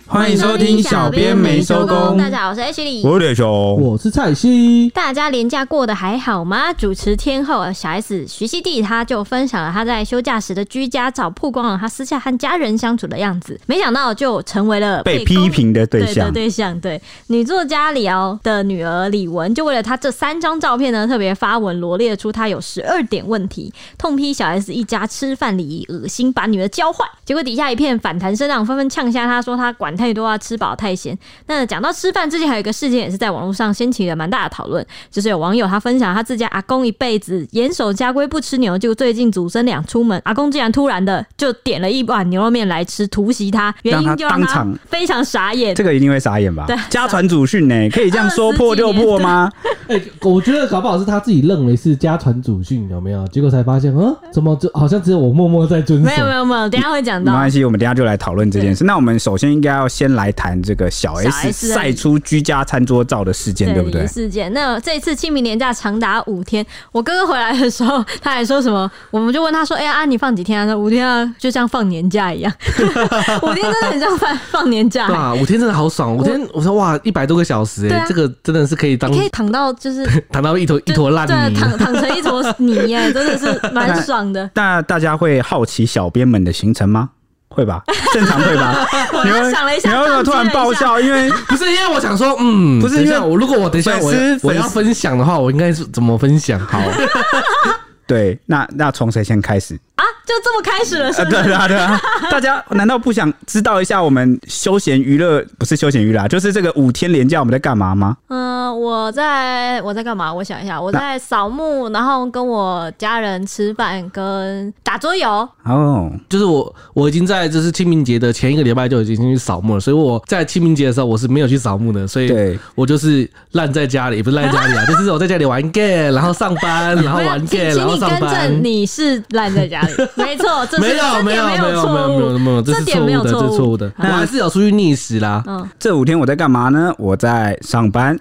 欢迎收听小编没收工。 大家好，我是 H 李， 我是铁熊， 我是蔡西。 大家连假过得还好吗？主持天后小 S 徐熙娣，他就分享了他在休假时的居家照，曝光了他私下和家人相处的样子，没想到就成为了被批评的对象。 对，女作家李敖的女儿李玟，就为了他这3张照片呢，特别发文罗列出他有12点问题，痛批小 S 一家吃饭礼仪恶心，把女儿教坏。结果底下一片反弹声浪，纷纷呛下他，说他管太多啊，吃饱太闲。那讲到吃饭，之前还有一个事件也是在网络上掀起了蛮大的讨论，就是有网友他分享他自家阿公一辈子严守家规不吃牛，就最近祖孙俩出门，阿公竟然突然的就点了一碗牛肉面来吃，突袭他，原因就让他非常傻眼。 这个一定会傻眼吧？对，家传祖训呢，可以这样说破就破吗？ 我觉得搞不好是他自己认为是家传祖训，有没有？结果才发现，怎么好像只有我默默在遵守？ 没有，等一下会讲到。 没关系，我们等一下就来讨论这件事。那我们首先应该要先来谈这个小 S 晒出居家餐桌照的事件，对不对？ 事件。那这一次清明连假长达5天，我哥哥回来的时候，他还说什么？我们就问他说：“你放几天啊？”他说5天啊，就像放年假一样。5天真的很像放年假。 对啊，5天真的好爽。5天，我说哇，100多个小时这个真的是可以当， 你可以躺到就是躺到一坨烂泥， 对，躺成一坨泥耶，真的是蛮爽的。 那大家会好奇小编们的行程吗？会吧，正常会吧。 你们想了一下， 你为什么突然爆笑？因为不是因为我想说，不是因为如果我等一下我要分享的话，我应该是怎么分享？好，对， 那从谁先开始？ 就这么开始了是不是？ 对啊，大家难道不想知道一下我们休闲娱乐，不是休闲娱乐，就是这个5天连假我们在干嘛吗？ 我在干嘛？我想一下，我在扫墓，然后跟我家人吃饭，跟打桌游。 就是我已经在就是清明节的前1个礼拜就已经去扫墓了，所以我在清明节的时候我是没有去扫墓的，所以我就是烂在家里，也不是烂在家里啊，就是我在家里玩 game， 然后上班，然后玩 game， 然后上班。 你是烂在家里。没错，这是没有，这是错误的，这是错误的。我还是有出去觅食啦。 这5天我在干嘛呢？我在上班。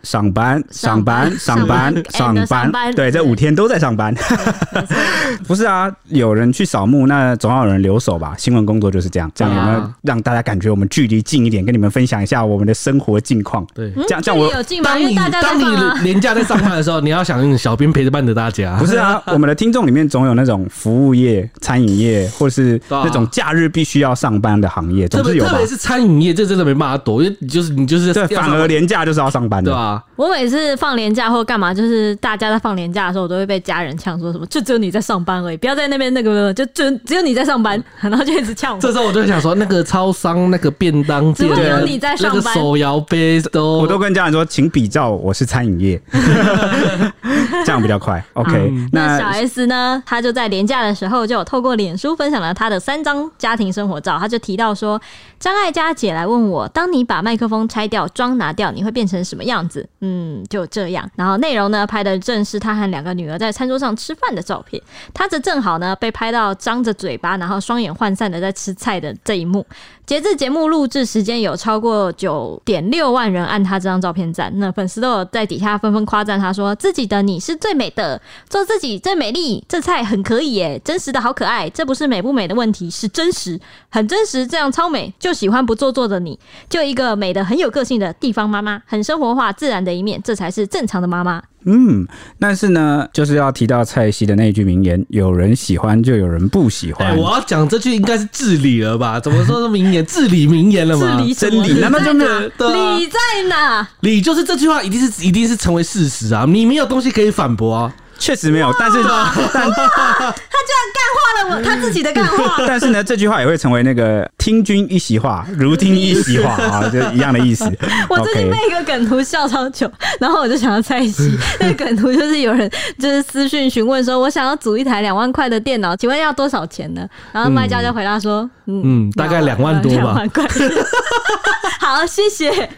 对，这5天都在上班。不是啊，有人去扫墓，那总要有人留守吧？新闻工作就是这样，有没有让大家感觉我们距离近一点，跟你们分享一下我们的生活近况？ 对， 这样我当你连假在上班的时候，你要想用小编陪伴着大家。 不是啊，我们的听众里面总有那种服务业、餐饮业，或是那种假日必须要上班的行业，总是有吧？ 特别是餐饮业，这真的没办法躲，因为你就是对，反而连假就是要上班的， 对啊。 我每次放连假或干嘛，就是大家在放连假的时候，我都会被家人呛说什么，就只有你在上班而已，不要在那边就只有你在上班，然后就一直呛我。 这时候我就想说，那个超商、那个便当店， 只有你在上班， 那个手摇杯我都跟家人说，请比照我是餐饮业，这样比较快。OK， 那小 S 呢，他就在连假的时候就有透过脸书分享了他的3张家庭生活照，他就提到说，张艾嘉姐来问我，当你把麦克风拆掉、妆拿掉，你会变成什么样子？就这样。然后内容呢，拍的正是他和2个女儿在餐桌上吃饭的照片，他则正好呢被拍到张着嘴巴，然后双眼涣散的在吃菜的这一幕。截至节目录制时间，有超过9.6万人按他这张照片赞，那粉丝都有在底下纷纷夸赞他说，自己的你是最美的，做自己最美丽，这菜很可以耶，真实的好可爱，这不是美不美的问题，是真实，很真实，这样超美，就喜欢不做作的你，就一个美的很有个性的地方妈妈，很生活化自然的一面，这才是正常的妈妈。 但是呢，就是要提到蔡西的那句名言，有人喜欢就有人不喜欢。 我要讲这句应该是至理了吧？怎么说是名言？至理名言了吗？ 真理？难道就没有？ 理在哪？ 理就是这句话一定是成为事实啊！你没有东西可以反驳啊。 确实没有，但是他居然干化了他自己的干话。 但是呢，这句话也会成为那个听君一席话，如听一席话啊，就一样的意思。 我最近被一个梗图笑超久，然后我就想要蔡西。那个梗图就是有人就是私讯询问说，我想要组一台2万块的电脑，请问要多少钱呢？然后卖家就回答说， 大概2万多吧。2万块。 好，谢谢。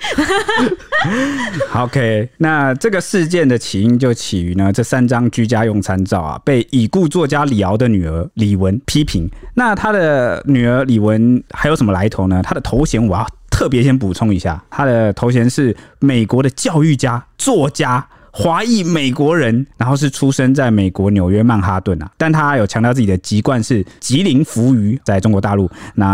OK， 那这个事件的起因就起于呢，这3张居家用餐照啊，被已故作家李敖的女儿李玟批评。那她的女儿李玟还有什么来头呢？她的头衔我要特别先补充一下，她的头衔是美国的教育家、作家、华裔美国人，然后是出生在美国纽约曼哈顿啊。但她有强调自己的籍贯是吉林扶余，在中国大陆。那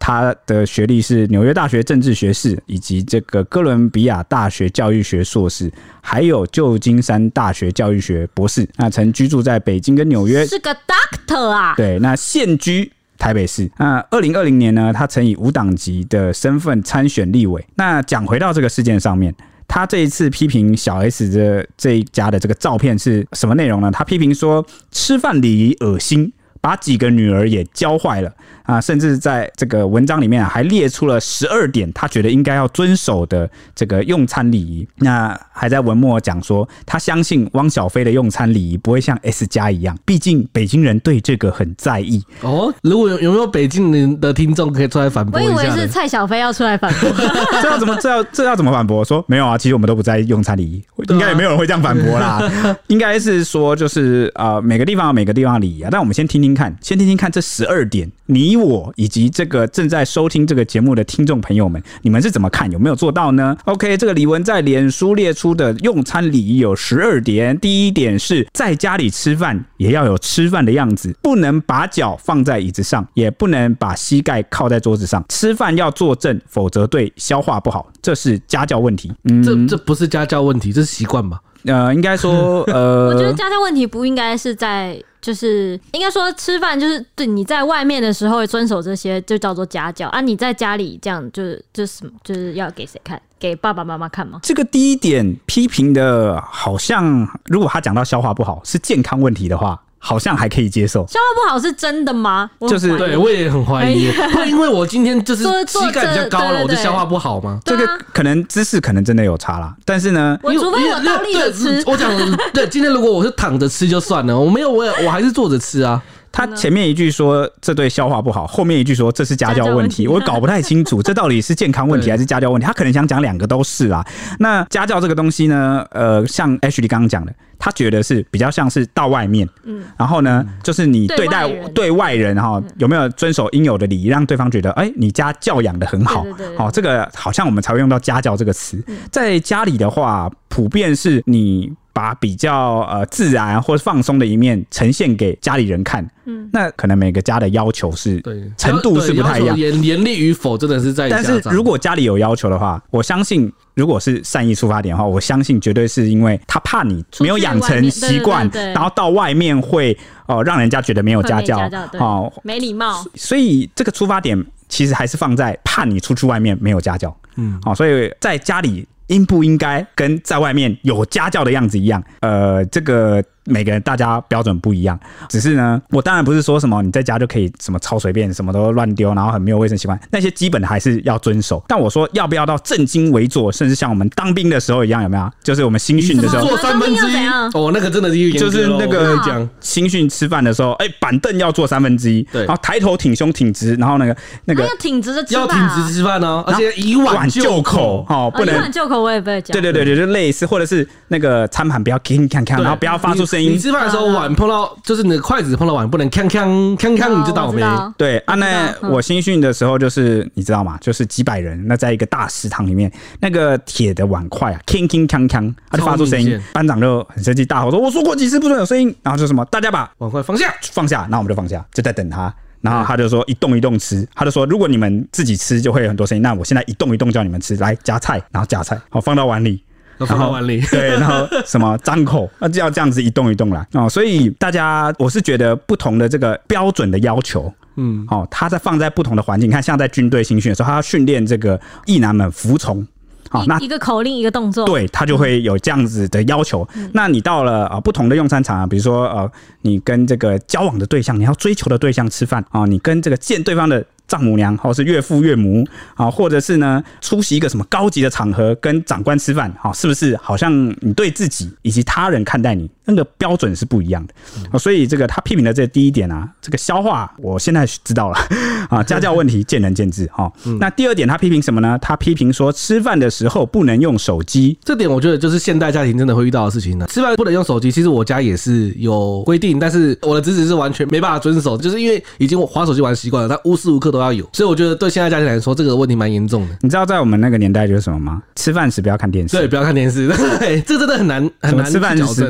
他的学历是纽约大学政治学士，以及这个哥伦比亚大学教育学硕士，还有旧金山大学教育学博士。那曾居住在北京跟纽约， 是个 doctor 啊。 对，那现居台北市。那2020年呢，他曾以无党籍的身份参选立委。那讲回到这个事件上面，他这一次批评小 S 的这一家的这个照片是什么内容呢？他批评说吃饭礼仪恶心，把几个女儿也教坏了啊！甚至在这个文章里面还列出了12点他觉得应该要遵守的这个用餐礼仪。那还在文末讲说，他相信汪小菲的用餐礼仪不会像 S 家一样，毕竟北京人对这个很在意。 哦，如果有没有北京人的听众可以出来反驳一下？ 我以为是蔡小菲要出来反驳。 这要怎么反驳？说没有啊，其实我们都不在意用餐礼仪，应该也没有人会这样反驳啦。应该是说就是每个地方有每个地方的礼仪啊，但我们先听听看这12点，你我以及这个正在收听这个节目的听众朋友们，你们是怎么看？有没有做到呢 ？OK， 这个李玟在脸书列出的用餐礼仪有12点。第一点是在家里吃饭也要有吃饭的样子，不能把脚放在椅子上，也不能把膝盖靠在桌子上，吃饭要坐正，否则对消化不好，这是家教问题。 这不是家教问题，这是习惯吧？ 应该说我觉得家教问题不应该是在，就是应该说吃饭就是对你在外面的时候遵守这些就叫做家教啊，你在家里这样就是要给谁看？给爸爸妈妈看吗？ 这个第一点批评的好像，如果他讲到消化不好是健康问题的话，好像还可以接受。 消化不好是真的吗？ 就是对，我也很怀疑，会因为我今天就是膝盖比较高了，我就消化不好吗？ 这个可能姿势可能真的有差啦，但是呢， 我除非我倒立着吃， 我讲对，今天如果我是躺着吃就算了，我没有我还是坐着吃啊。 他前面一句说这对消化不好，后面一句说这是家教问题，我搞不太清楚这到底是健康问题还是家教问题。他可能想讲两个都是啦。那家教这个东西呢，像 Ashley 刚刚讲的，他觉得是比较像是到外面，然后呢，就是你对外人哈有没有遵守应有的礼仪，让对方觉得你家教养的很好，好，这个好像我们才会用到家教这个词。在家里的话，普遍是你把比较自然或放松的一面呈现给家里人看，那可能每个家的要求是程度是不太一样， 严厉与否真的是在家长。 但是如果家里有要求的话，我相信如果是善意出发点的话，我相信绝对是因为他怕你没有养成习惯，然后到外面会让人家觉得没有家教， 没礼貌。 所以这个出发点其实还是放在怕你出去外面没有家教，所以在家里应不应该跟在外面有家教的样子一样？这个每个人大家标准不一样。只是呢，我当然不是说什么你在家就可以什么超随便，什么都乱丢，然后很没有卫生习惯，那些基本的还是要遵守。但我说要不要到正襟危坐，甚至像我们当兵的时候一样，有没有？就是我们新训的时候做1/3，哦，那个真的是就是那个新训吃饭的时候，板凳要做1/3，然后抬头挺胸挺直，然后那个要挺直着吃饭， 要挺直吃饭哦，而且以碗就口， 不能以碗就口，我也不会讲。 对，就类似，或者是那个餐盘不要铿锵锵，然后不要发出声音。 你吃饭的时候碗碰到，就是你的筷子碰到碗不能锵锵锵锵，你就倒霉。 对啊，那我新训的时候就是你知道吗？就是几百人，那在一个大食堂里面，那个铁的碗筷啊，铿铿锵锵，它就发出声音，班长就很生气，大吼说：“我说过几次不准有声音。”然后就什么，大家把碗筷放下， 然后我们就放下，就在等他。然后他就说一动一动吃，他就说如果你们自己吃就会有很多声音，那我现在一动一动叫你们吃，来夹菜，然后夹菜，好放到碗里。 放到碗里， 对，然后什么张口，就要这样子一动一动来所以大家，我是觉得不同的这个标准的要求，他在放在不同的环境，看像在军队新训的时候，他要训练这个役男们服从。 那一个口令一个动作， 对，他就会有这样子的要求。那你到了不同的用餐场比如说你跟这个交往的对象，你要追求的对象吃饭你跟这个见对方的丈母娘或是岳父岳母或者是呢出席一个什么高级的场合跟长官吃饭是不是好像你对自己以及他人看待你那个标准是不一样的所以这个他批评的这第一点这个消化我现在知道了家教问题见仁见智那第二点他批评什么呢？他批评说吃饭的时候不能用手机， 这点我觉得就是现代家庭真的会遇到的事情吃饭不能用手机，其实我家也是有规定，但是我的侄子是完全没办法遵守，就是因为已经我滑手机玩习惯了，他无时无刻都要有，所以我觉得对现在家庭来说这个问题蛮严重的。 你知道在我们那个年代就是什么吗？吃饭时不要看电视， 对，不要看电视，对，这真的很难吃饭时不要玩玩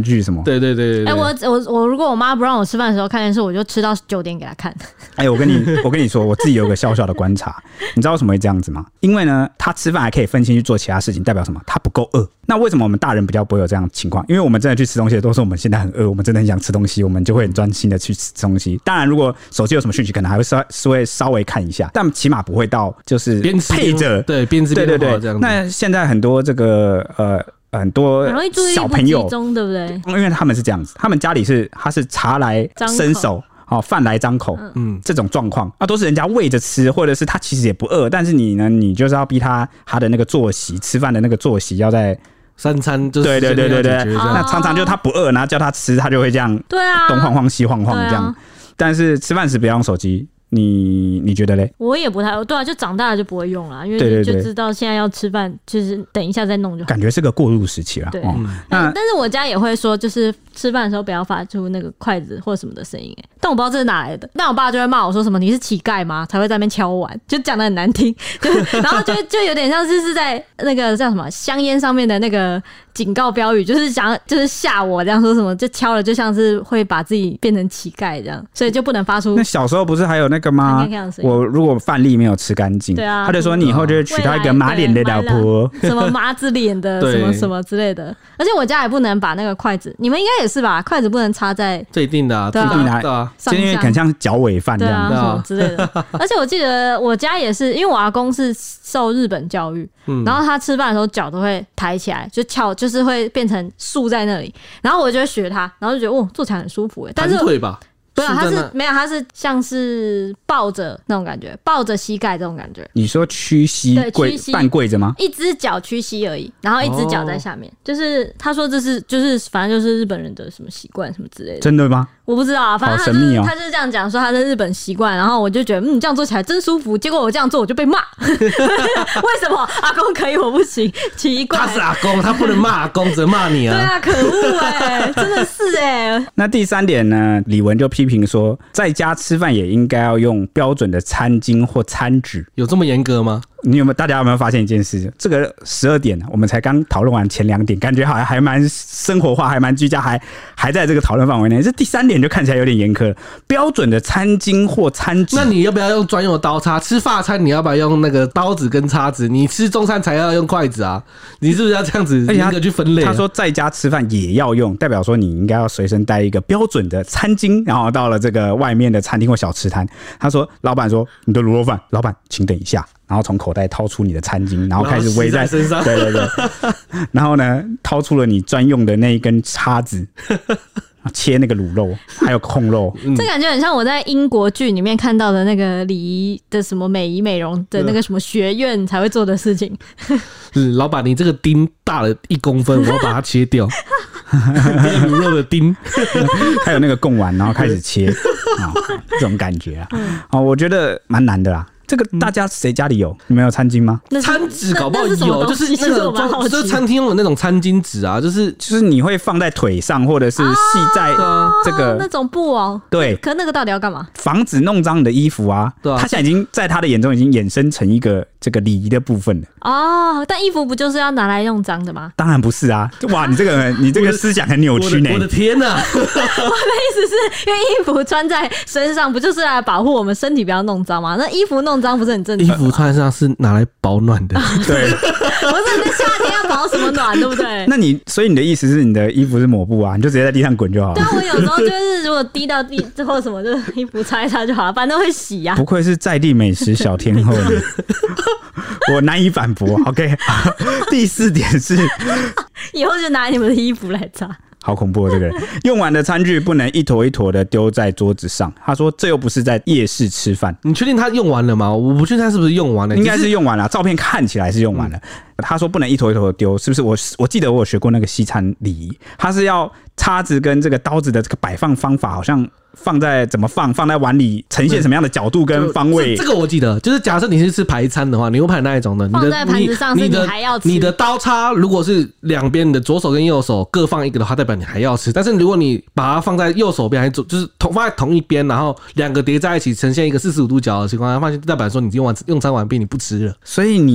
韩剧什么。 对对对对。 我如果我妈不让我吃饭的时候看电视，我就吃到9点给她看。 我跟你说，我自己有个小小的观察，你知道为什么会这样子吗？因为呢，他吃饭还可以分心去做其他事情，代表什么？他不够饿。那为什么我们大人比较不会有这样的情况？因为我们真的去吃东西的都是我们现在很饿，我们真的很想吃东西，我们就会很专心的去吃东西。当然，如果手机有什么讯息，可能还会稍微看一下，但起码不会到就是配着边吃边对这样子。 那现在很多这个很多小朋友， 对不对？ 因为他们是这样子，他们家里他是茶来伸手。饭来张口，这种状况都是人家喂着吃，或者是他其实也不饿，但是你呢，你就是要逼他的那个作息，吃饭的那个作息要在 3餐就是对，那常常就他不饿，然后叫他吃，他就会这样， 对啊， 东晃晃西晃晃这样。但是吃饭时不要用手机。你觉得嘞？ 我也不太对啊，就长大了就不会用了，因为你就知道现在要吃饭，就是等一下再弄就好。 感觉是个过渡时期啦。 对，但是我家也会说，就是吃饭的时候不要发出那个筷子或什么的声音。但我不知道这是哪来的。但我爸就会骂我说什么：“你是乞丐吗？才会在那边敲碗？”就讲得很难听，然后就有点像是在那个叫什么香烟上面的那个警告标语，就是吓我这样说什么，就敲了就像是会把自己变成乞丐这样，所以就不能发出。 那小时候不是还有那个吗？我如果饭粒没有吃干净，他就说你以后就会娶到一个马脸的老婆， 什么麻子脸的什么什么之类的。而且我家也不能把那个筷子，你们应该也是吧？筷子不能插在这一定的， 对啊，就因为很像脚尾饭这样什么之类的。而且我记得我家也是，因为我阿公是受日本教育，然后他吃饭的时候脚都会抬起来，就翘，就是会变成竖在那里，然后我就会学他，然后就觉得坐起来很舒服但是腿吧。 不是，他是像是抱着那种感觉，抱着膝盖这种感觉。 你说屈膝半跪着吗？ 一只脚屈膝而已，然后一只脚在下面。就是他说这是就是反正就是日本人的什么习惯什么之类的。 真的吗？ 我不知道啊，反正他就是这样讲说他是日本习惯，然后我就觉得这样做起来真舒服。结果我这样做我就被骂，为什么阿公可以我不行？奇怪， 他是阿公，他不能骂阿公，只能骂你啊！ 对啊，可恶真的是那第3点呢？李玟就批评说，在家吃饭也应该要用标准的餐巾或餐纸。 有这么严格吗？ 大家有没有发现一件事？这个12点我们才刚讨论完前2点，感觉好像还蛮生活化，还蛮居家，还在这个讨论范围内。这第3点就看起来有点严苛，标准的餐巾或餐纸。 那你要不要用专用的刀叉？吃法餐你要不要用那个刀子跟叉子？你吃中餐才要用筷子啊！你是不是要这样子严格去分类？ 他说在家吃饭也要用，代表说你应该要随身带一个标准的餐巾，然后到了这个外面的餐厅或小吃摊，他说老板说你的卤肉饭，老板请等一下。然后从口袋掏出你的餐巾，然后开始围在身上， 对，然后呢，掏出了你专用的那一根叉子，切那个卤肉，还有控肉。 这感觉很像我在英国剧里面看到的那个礼仪的什么美仪美容的那个什么学院才会做的事情。 老板，你这个丁大了1公分，我要把它切掉。卤肉的丁， 还有那个贡丸，然后开始切，这种感觉我觉得蛮难的啦。这个大家谁家里有？你们有餐巾吗？ 餐纸搞不好有，就是那个就是餐厅用的那种餐巾纸啊，就是你会放在腿上，或者是系在这个那种布对， 可那个到底要干嘛？ 防止弄脏你的衣服啊。对啊，他现在已经在他的眼中已经衍生成一个这个礼仪的部分了。 但衣服不就是要拿来用脏的吗？ 当然不是啊！哇，你这个思想很扭曲呢。 我的天哪！ 我的意思是因为衣服穿在身上不就是来保护我们身体不要弄脏吗？那衣服弄脏不是很正常？ 衣服穿在身上是拿来保暖的。 对， 不是你夏天要保什么暖，对不对？ 所以你的意思是你的衣服是抹布啊，你就直接在地上滚就好了。 对啊，我有时候就是如果滴到地之后什么，就衣服擦一擦就好了，反正会洗啊。 不愧是在地美食小天后我难以反驳。OK， 第4点是以后就拿你们的衣服来擦。 好恐怖这个人用完的餐具不能一坨一坨的丢在桌子上。他说这又不是在夜市吃饭。 你确定他用完了吗？我不确定他是不是用完了。 应该是用完了，照片看起来是用完了。他说不能一坨一坨的丢，是不是？我记得我有学过那个西餐礼仪，他是要叉子跟这个刀子的这个摆放方法，好像怎么放在碗里，呈现什么样的角度跟方位。 这个我记得，就是假设你是吃排餐的话，牛排那一种的， 放在盘子上是你还要吃。 你的刀叉如果是两边，你的左手跟右手各放一个的话，代表你还要吃。但是如果你把它放在右手边，就是放在同一边，然后两个叠在一起，呈现一个45度角的情况下，代表说你用餐完毕，你不吃了。 所以你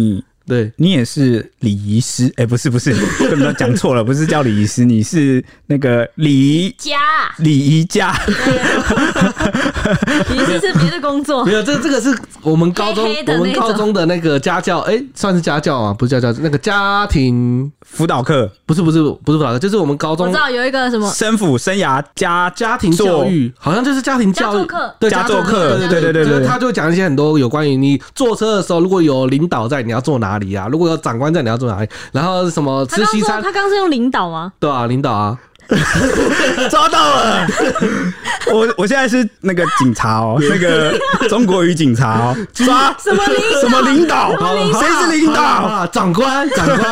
对， 你也是礼仪师？不是，根本讲错了，不是叫礼仪师，你是那个礼仪家。 礼仪师是别的工作。 没有，这个是我们高中的那个家教，算是家教啊，不是家教，那个家庭辅导课， 不是辅导课，就是我们高中我知道有一个什么生辅生涯家庭教育，好像就是家庭教育对家作课，对， 他就会讲一些很多有关于你坐车的时候，如果有领导在，你要坐哪里啊？如果有长官在，你要坐哪里？然后什么吃西餐？ 他刚是用领导吗？ 对啊，领导啊。 抓到了！我现在是那个警察哦，那个中国语警察哦，抓什么领导？ 谁是领导？ 长官。 你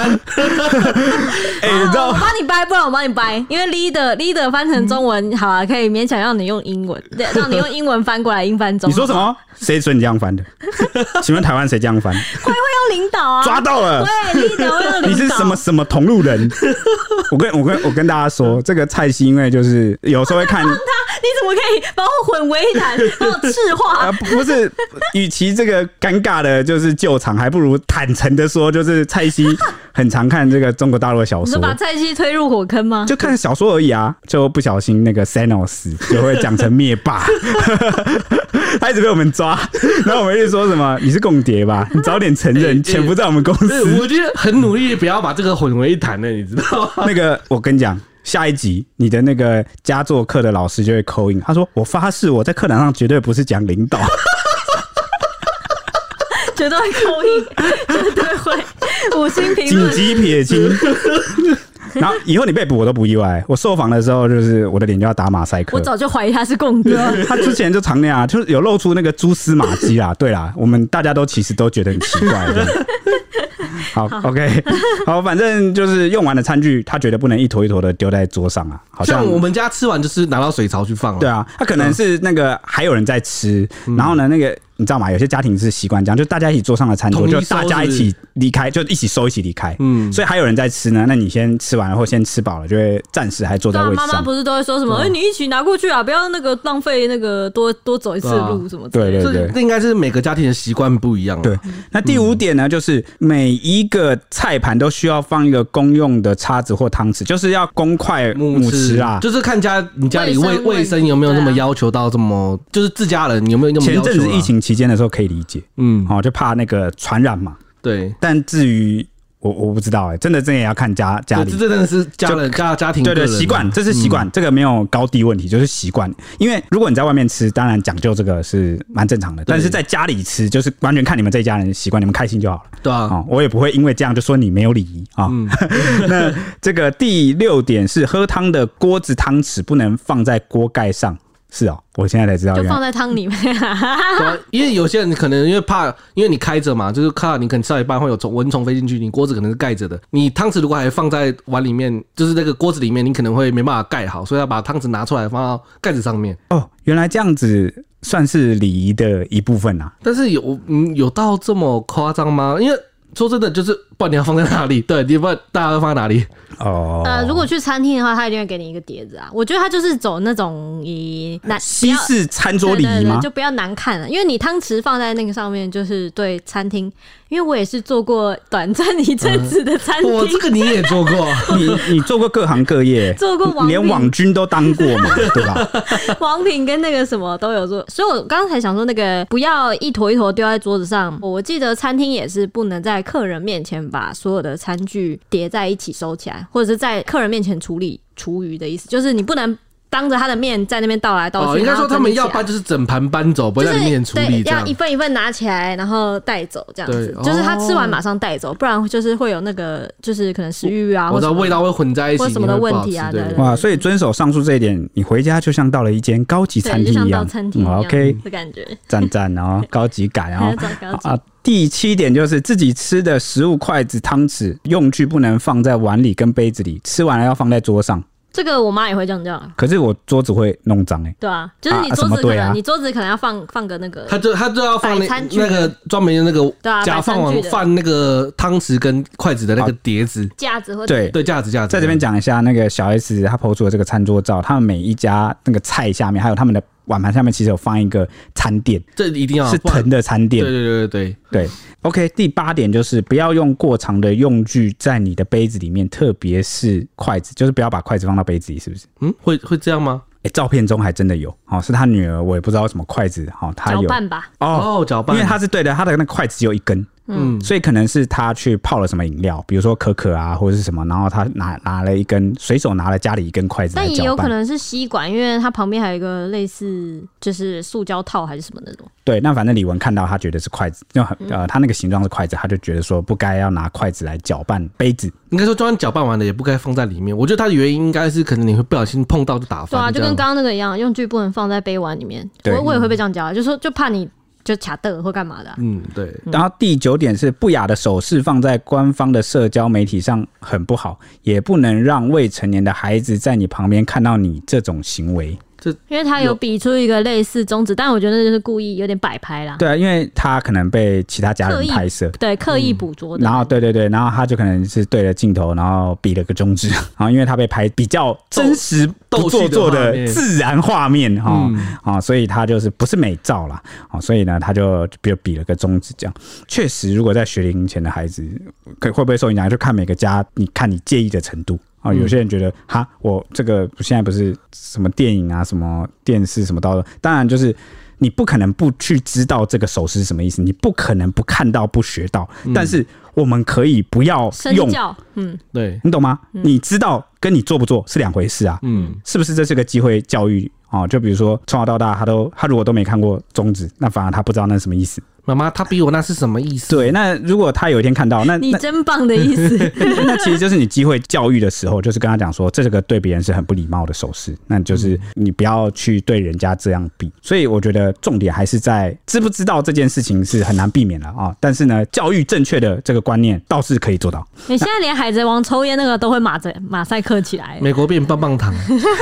知道？ 我帮你掰，不然我帮你掰，因为 leader 翻成中文好啊，可以勉强让你用英文，对，让你用英文翻过来，英翻中。 你说什么？谁准你这样翻的？请问台湾谁这样翻？ 会用领导啊！ 抓到了！ 对 leader 会用领导。 你是什么同路人？我跟大家说，这个蔡西因为就是有时候会看你怎么可以把我混为一谈，把我赤化？ 不是，与其这个尴尬的就是救场，还不如坦诚的说，就是蔡西很常看这个中国大陆的小说。 你是把蔡西推入火坑吗？ 就看小说而已啊，就不小心那个 Thanos 就会讲成灭霸，他一直被我们抓，然后我们一直说什么你是共谍吧，你早点承认潜伏在我们公司。 我觉得很努力，不要把这个混为一谈了，你知道吗？ 那个我跟你讲。下一集，你的那个家作课的老师就会call in，他说：“我发誓，我在课堂上绝对不是讲领导， 绝对会call in，绝对会5星评论， 紧急撇清。”然后以后你被捕我都不意外。我受访的时候，就是我的脸就要打马赛克。 我早就怀疑他是共谍。 他之前就常那样，就是有露出那个蛛丝马迹啦。对啦，我们大家都其实都觉得很奇怪的。好 ，OK， 好，反正就是用完的餐具，它绝对不能一坨一坨的丢在桌上啊。好像我们家吃完就是拿到水槽去放。 对啊，它可能是那个还有人在吃，然后呢，那个你知道吗？有些家庭是习惯这样，就大家一起坐上了餐桌，就大家一起离开，就一起收一起离开。所以还有人在吃呢，那你先吃完了或先吃饱了，就会暂时还坐在位置上。 妈妈不是都会说什么？你一起拿过去啊，不要那个浪费那个多走一次路什么之类的。 对， 这应该是每个家庭的习惯不一样。 对，那第5点呢，就是每一个菜盘都需要放一个公用的叉子或汤匙，就是要公筷母匙啊。 就是看你家里卫生有没有那么要求到这么，就是自家人有没有那么要求。 前阵子疫情期间的时候可以理解，就怕那个传染嘛。 对， 但至于我不知道真的也要看家里， 这真的是家庭对习惯，这是习惯，这个没有高低问题，就是习惯。因为如果你在外面吃，当然讲究这个是蛮正常的，但是在家里吃，就是完全看你们这一家人的习惯，你们开心就好了。 对啊， 我也不会因为这样就说你没有礼仪啊。那这个第6点是喝汤的锅子汤匙不能放在锅盖上。是哦，我现在才知道， 就放在汤里面。 因为有些人可能因为你开着嘛，就是看你可能吃到一半会有蚊虫飞进去，你锅子可能是盖着的。你汤匙如果还放在碗里面，就是那个锅子里面，你可能会没办法盖好，所以要把汤匙拿出来放到盖子上面。 哦，原来这样子算是礼仪的一部分啊。 但是有到这么夸张吗？因为说真的，就是不然你要放在哪里？对，你不然大家要放在哪里？ 如果去餐厅的话，他一定会给你一个碟子啊。我觉得他就是走那种西式餐桌礼仪吗？ 就不要难看了，因为你汤匙放在那个上面，就是对餐厅。因为我也是做过短暂一阵子的餐厅， 这个你也做过， 你做过各行各业， 做过连网军都当过嘛，对吧？ 王品跟那个什么都有做，所以我刚才想说，那个不要一坨一坨丢在桌子上。我记得餐厅也是不能在客人面前把所有的餐具叠在一起收起来，或者是在客人面前处理厨余的意思，就是你不能当着他的面在那边倒来倒去。 应该说他们要搬就是整盘搬走，不会在你面前处理， 对，要一份一份拿起来，然后带走这样子。就是他吃完马上带走，不然就是会有那个就是可能食欲啊， 或者味道会混在一起， 或什么的问题啊。对， 哇，所以遵守上述这一点，你回家就像到了一间高级餐厅一样， 就像到餐厅一样 OK 的感觉， 赞哦，高级感哦。第7点就是自己吃的食物筷子、汤匙、用具不能放在碗里跟杯子里，吃完了要放在桌上。 这个我妈也会这样叫， 可是我桌子会弄脏对啊，就是你桌子可能，你桌子可能要放个那个， 他就要放那个专门的那个夹放那个汤匙跟筷子的那个碟子架子或对架子。在这边讲一下，那个小 S 他 po 出的这个餐桌照，他们每一家那个菜下面还有他们的碗盘下面其实有放一个餐垫， 这一定要是藤的餐垫。 对。 OK， 第8点就是不要用过长的用具在你的杯子里面，特别是筷子，就是不要把筷子放到杯子里，是不是？ 会这样吗？ 照片中还真的有，是他女儿，我也不知道什么筷子，他有搅拌吧？ 搅拌， 因为他是对的，他的那个筷子只有一根。所以可能是他去泡了什么饮料，比如说可可啊或者是什么，然后他拿了一根，随手拿了家里一根筷子来搅拌。 但也有可能是吸管，因为它旁边还有一个类似就是塑胶套还是什么那种。 对，那反正李玟看到他觉得是筷子，他那个形状是筷子，他就觉得说不该要拿筷子来搅拌杯子。 应该说，就算搅拌完了也不该放在里面。我觉得他的原因应该是可能你会不小心碰到就打翻。 对啊，就跟刚刚那个一样，用具不能放在杯碗里面。我也会被这样教，就怕你。就卡的或干嘛的对。 然后第9点是不雅的手势放在官方的社交媒体上很不好，也不能让未成年的孩子在你旁边看到你这种行为。 因为他有比出一个类似中指，但我觉得那就是故意有点摆拍啦。 对啊，因为他可能被其他家人拍摄， 对，刻意捕捉的。 然后对，然后他就可能是对着镜头，然后比了个中指，然后因为他被拍比较真实不做作的自然画面所以他就是不是美照啦，所以呢他就比了个中指这样。确实，如果在学龄前的孩子，会不会受影响，就看每个家，你看你介意的程度。有些人觉得我这个现在不是什么电影啊什么电视什么到的，当然就是你不可能不去知道这个手势是什么意思，你不可能不看到不学到，但是我们可以不要用， 对， 你懂吗？你知道跟你做不做是两回事啊，是不是？这是个机会教育就比如说从小到大他如果都没看过中指，那反而他不知道那是什么意思。 妈妈，他比我那是什么意思？ 对，那如果他有一天看到，那你真棒的意思。 那其实就是你机会教育的时候，就是跟他讲说，这个对别人是很不礼貌的手势，那就是你不要去对人家这样比。所以我觉得重点还是在知不知道这件事情是很难避免了但是呢，教育正确的这个观念倒是可以做到。 你现在连海贼王抽烟那个都会马赛克起来， 美国变棒棒糖。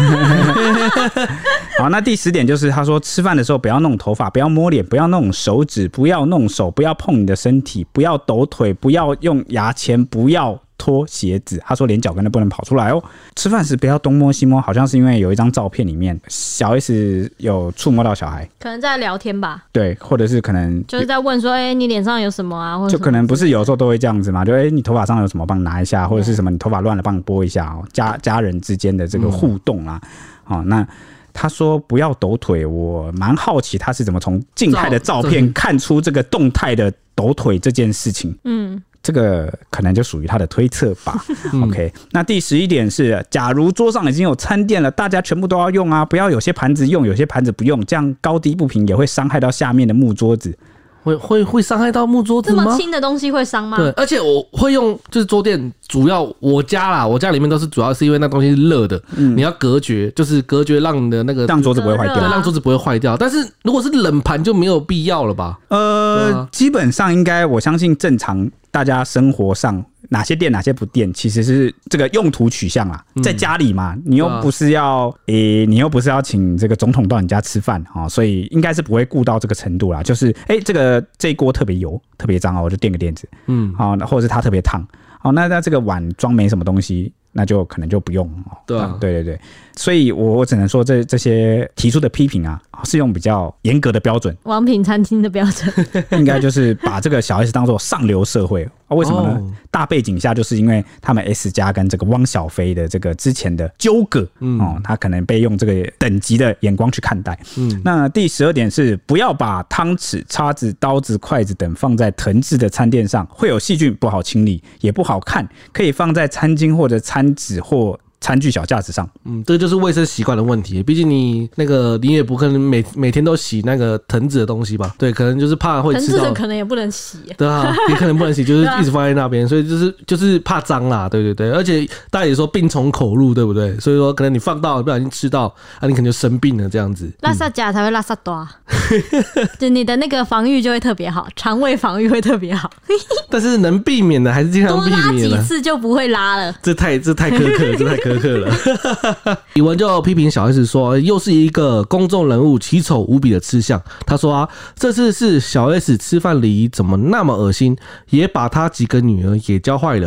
好，那第10点就是他说，吃饭的时候不要弄头发，不要摸脸，不要弄手指，不要弄手，不要碰你的身体，不要抖腿，不要用牙签，不要脱鞋子。他说连脚跟都不能跑出来哦。吃饭时不要东摸西摸，好像是因为有一张照片里面小 S 有触摸到小孩， 可能在聊天吧。 对，或者是可能就是在问说，你脸上有什么啊？或者就可能不是有时候都会这样子嘛，就你头发上有什么帮你拿一下，或者是什么你头发乱了帮你拨一下家人之间的这个互动啊。那他说不要抖腿，我蛮好奇他是怎么从静态的照片看出这个动态的抖腿这件事情。这个可能就属于他的推测吧。OK， 那第11点是，假如桌上已经有餐垫了，大家全部都要用啊，不要有些盘子用，有些盘子不用，这样高低不平也会伤害到下面的木桌子。 会伤害到木桌子吗？ 这么轻的东西会伤吗？ 对，而且我会用就是桌垫，主要我家里面都是主要是因为那东西是热的，你要隔绝，就是隔绝让你的那个让桌子不会坏掉， 让桌子不会坏掉。但是如果是冷盘就没有必要了吧？ 基本上应该我相信正常大家生活上哪些电哪些不电，其实是这个用途取向啊。在家里嘛，你又不是要请这个总统到你家吃饭所以应该是不会顾到这个程度啦。就是这一锅特别油特别脏我就垫个垫子，或者是它特别烫，那这个碗装没什么东西，那就可能就不用。 对啊， 对，所以我只能说这些提出的批评啊，是用比较严格的标准， 王品餐厅的标准， 应该就是把这个小 S 当作上流社会。为什么呢？大背景下就是因为他们 S 家跟这个汪小菲的这个之前的纠葛，他可能被用这个等级的眼光去看待。那第12点是不要把汤匙、叉子、刀子、筷子等放在藤制的餐垫上，会有细菌，不好清理，也不好看，可以放在餐巾或者餐纸或餐具小架子上。 这就是卫生习惯的问题。毕竟你也不可能每天都洗那个藤子的东西吧？对，可能就是怕会吃到藤子的，可能也不能洗。 对啊，也可能不能洗，就是一直放在那边，所以就是怕脏啦。对，而且大家也说病从口入，对不对？所以说可能你放到不小心吃到你可能就生病了这样子。 拉萨夹才会拉萨多，就你的那个防御就会特别好，肠胃防御会特别好。 但是能避免的还是尽量避免了， 多拉几次就不会拉了。 这太苛刻，这太苛刻了。李玟就批评小 S 说，又是一个公众人物奇丑无比的吃相。他说这次是小 S 吃饭礼仪怎么那么恶心，也把他几个女儿也教坏了。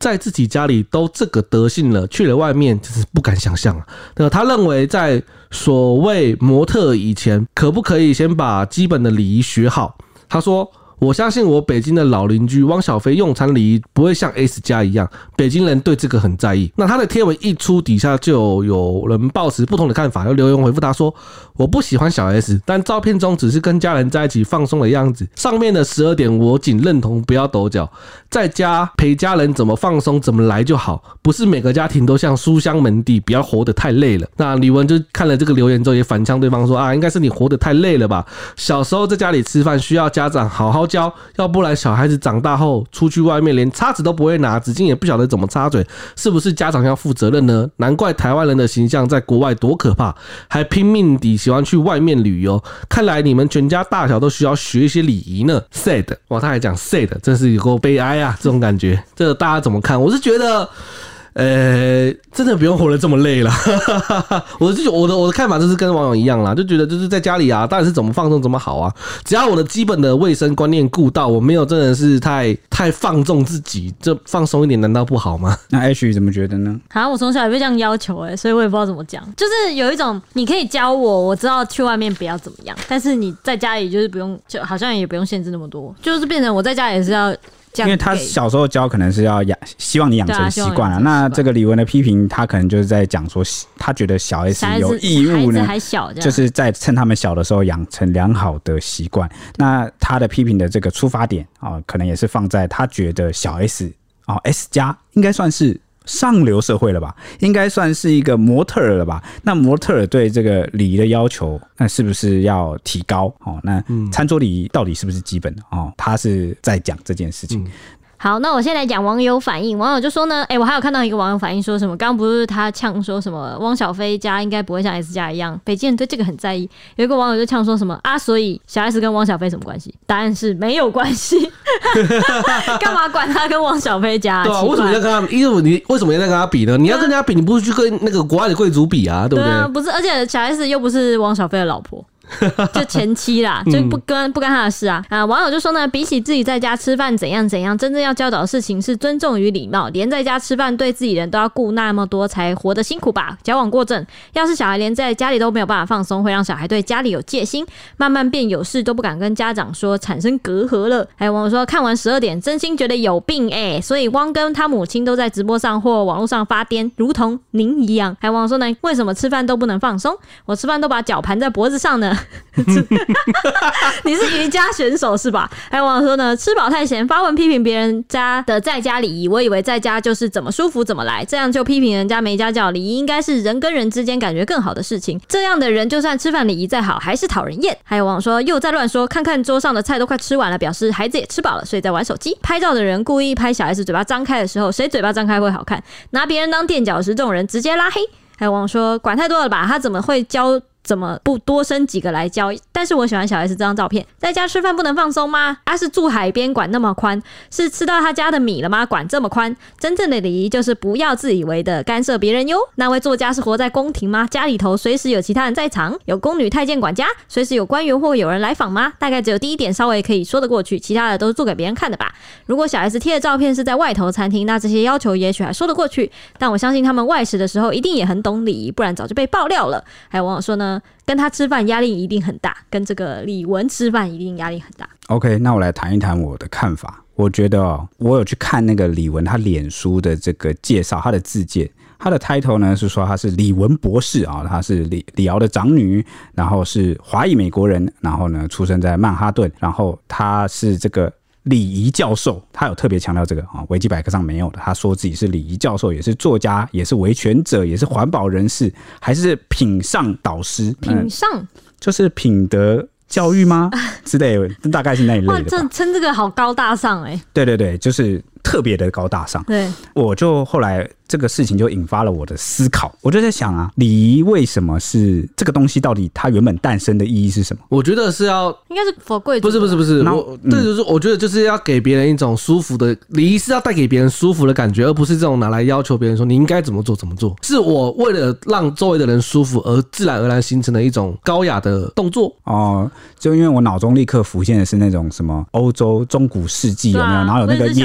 在自己家里都这个德性了，去了外面真是不敢想象啊。他认为在所谓模特以前，可不可以先把基本的礼仪学好？他说，我相信我北京的老邻居汪小菲用餐礼仪不会像 S 家一样，北京人对这个很在意。那他的贴文一出，底下就有人抱持不同的看法，又留言回复他说，我不喜欢小 S， 但照片中只是跟家人在一起放松的样子。上面的12点我仅认同不要抖脚，在家陪家人怎么放松怎么来就好，不是每个家庭都像书香门第，不要活得太累了。那李玟就看了这个留言之后也反呛对方说，应该是你活得太累了吧，小时候在家里吃饭需要家长好好教，要不然小孩子长大后出去外面连叉子都不会拿，纸巾也不晓得怎么插嘴，是不是家长要负责任呢？难怪台湾人的形象在国外多可怕，还拼命地喜欢去外面旅游，看来你们全家大小都需要学一些礼仪呢。 sad， 哇，他还讲 sad， 真是有够悲哀啊，这种感觉，这个大家怎么看？我是觉得真的不用活得这么累了。我的看法就是跟网友一样啦，就觉得就是在家里啊，当然是怎么放松怎么好啊。只要我的基本的卫生观念顾到，我没有真的是太放纵自己，就放松一点，难道不好吗？ 那 H 怎么觉得呢？ 我从小也被这样要求所以我也不知道怎么讲。就是有一种你可以教我知道去外面不要怎么样，但是你在家里就是不用，就好像也不用限制那么多，就是变成我在家里也是要。 因为他小时候教可能是要希望你养成习惯了，那这个李玟的批评，他可能就是在讲说，他觉得小 S 有义务呢，就是在趁他们小的时候养成良好的习惯。那他的批评的这个出发点可能也是放在他觉得小 S S 家应该算是上流社会了吧，应该算是一个模特儿了吧？那模特儿对这个礼仪的要求，那是不是要提高？那餐桌礼仪到底是不是基本的？他是在讲这件事情。 好，那我先来讲网友反应。网友就说呢，我还有看到一个网友反应说什么，刚刚不是他呛说什么汪小菲家应该不会像 S 家一样，北京人对这个很在意。有一个网友就呛说什么所以小 S 跟汪小菲什么关系？答案是没有关系。干嘛管他跟汪小菲家？ 对啊，为什么要跟他？你为什么要跟他比呢？你要跟人家比，你不是去跟那个国外的贵族比啊，对不对？对啊， 不是，而且小 S 又不是汪小菲的老婆。就前妻啦，就不干他的事啊！网友就说呢，比起自己在家吃饭怎样怎样，真正要教导的事情是尊重与礼貌。连在家吃饭对自己人都要顾那么多，才活得辛苦吧？矫枉过正。要是小孩连在家里都没有办法放松，会让小孩对家里有戒心，慢慢变有事都不敢跟家长说，产生隔阂了。还有网友说，看完12点，真心觉得有病所以汪跟他母亲都在直播上或网络上发癫，如同您一样。还有网友说呢，为什么吃饭都不能放松？我吃饭都把脚盘在脖子上呢。你是瑜伽选手是吧？还有网友说呢，吃饱太闲，发文批评别人家的在家礼仪，我以为在家就是怎么舒服怎么来，这样就批评人家没家教。礼仪应该是人跟人之间感觉更好的事情，这样的人就算吃饭礼仪再好，还是讨人厌。还有网友说，又在乱说，看看桌上的菜都快吃完了，表示孩子也吃饱了，所以在玩手机。拍照的人故意拍小 S 嘴巴张开的时候，谁嘴巴张开会好看？拿别人当垫脚石，这种人直接拉黑。还有网友说，管太多了吧，他怎么会教？怎么不多生几个来教？但是我喜欢小 S 这张照片，在家吃饭不能放松吗？是住海边管那么宽，是吃到他家的米了吗？管这么宽？真正的礼仪就是不要自以为的干涉别人哟。那位作家是活在宫廷吗？家里头随时有其他人在场，有宫女太监管家，随时有官员或有人来访吗？大概只有第一点稍微可以说得过去，其他的都是做给别人看的吧。如果小 S 贴的照片是在外头餐厅，那这些要求也许还说得过去，但我相信他们外食的时候一定也很懂礼仪，不然早就被爆料了。还有网友说呢，跟他吃饭压力一定很大，跟这个李玟吃饭一定压力很大。 OK， 那我来谈一谈我的看法。我觉得我有去看那个李玟他脸书的这个介绍，他的自介，他的 title 呢是说他是李玟博士他是李敖的长女，然后是华裔美国人，然后呢出生在曼哈顿，然后他是这个礼仪教授，他有特别强调这个维基百科上没有的。他说自己是礼仪教授，也是作家，也是维权者，也是环保人士，还是品上导师。 品上就是品德教育吗？之类的，大概是那一类的吧。 哇，称这个好高大上对对对，就是特别的高大上。 对， 我就后来这个事情就引发了我的思考，我就在想礼仪为什么是这个东西？到底它原本诞生的意义是什么？ 我觉得是要， 应该是佛贵族， 不是，我觉得就是要给别人一种舒服的礼仪，是要带给别人舒服的感觉，而不是这种拿来要求别人说你应该怎么做怎么做。是我为了让周围的人舒服而自然而然形成的一种高雅的动作。就因为我脑中立刻浮现的是那种什么欧洲中古世纪有没有？然后有那个野蛮人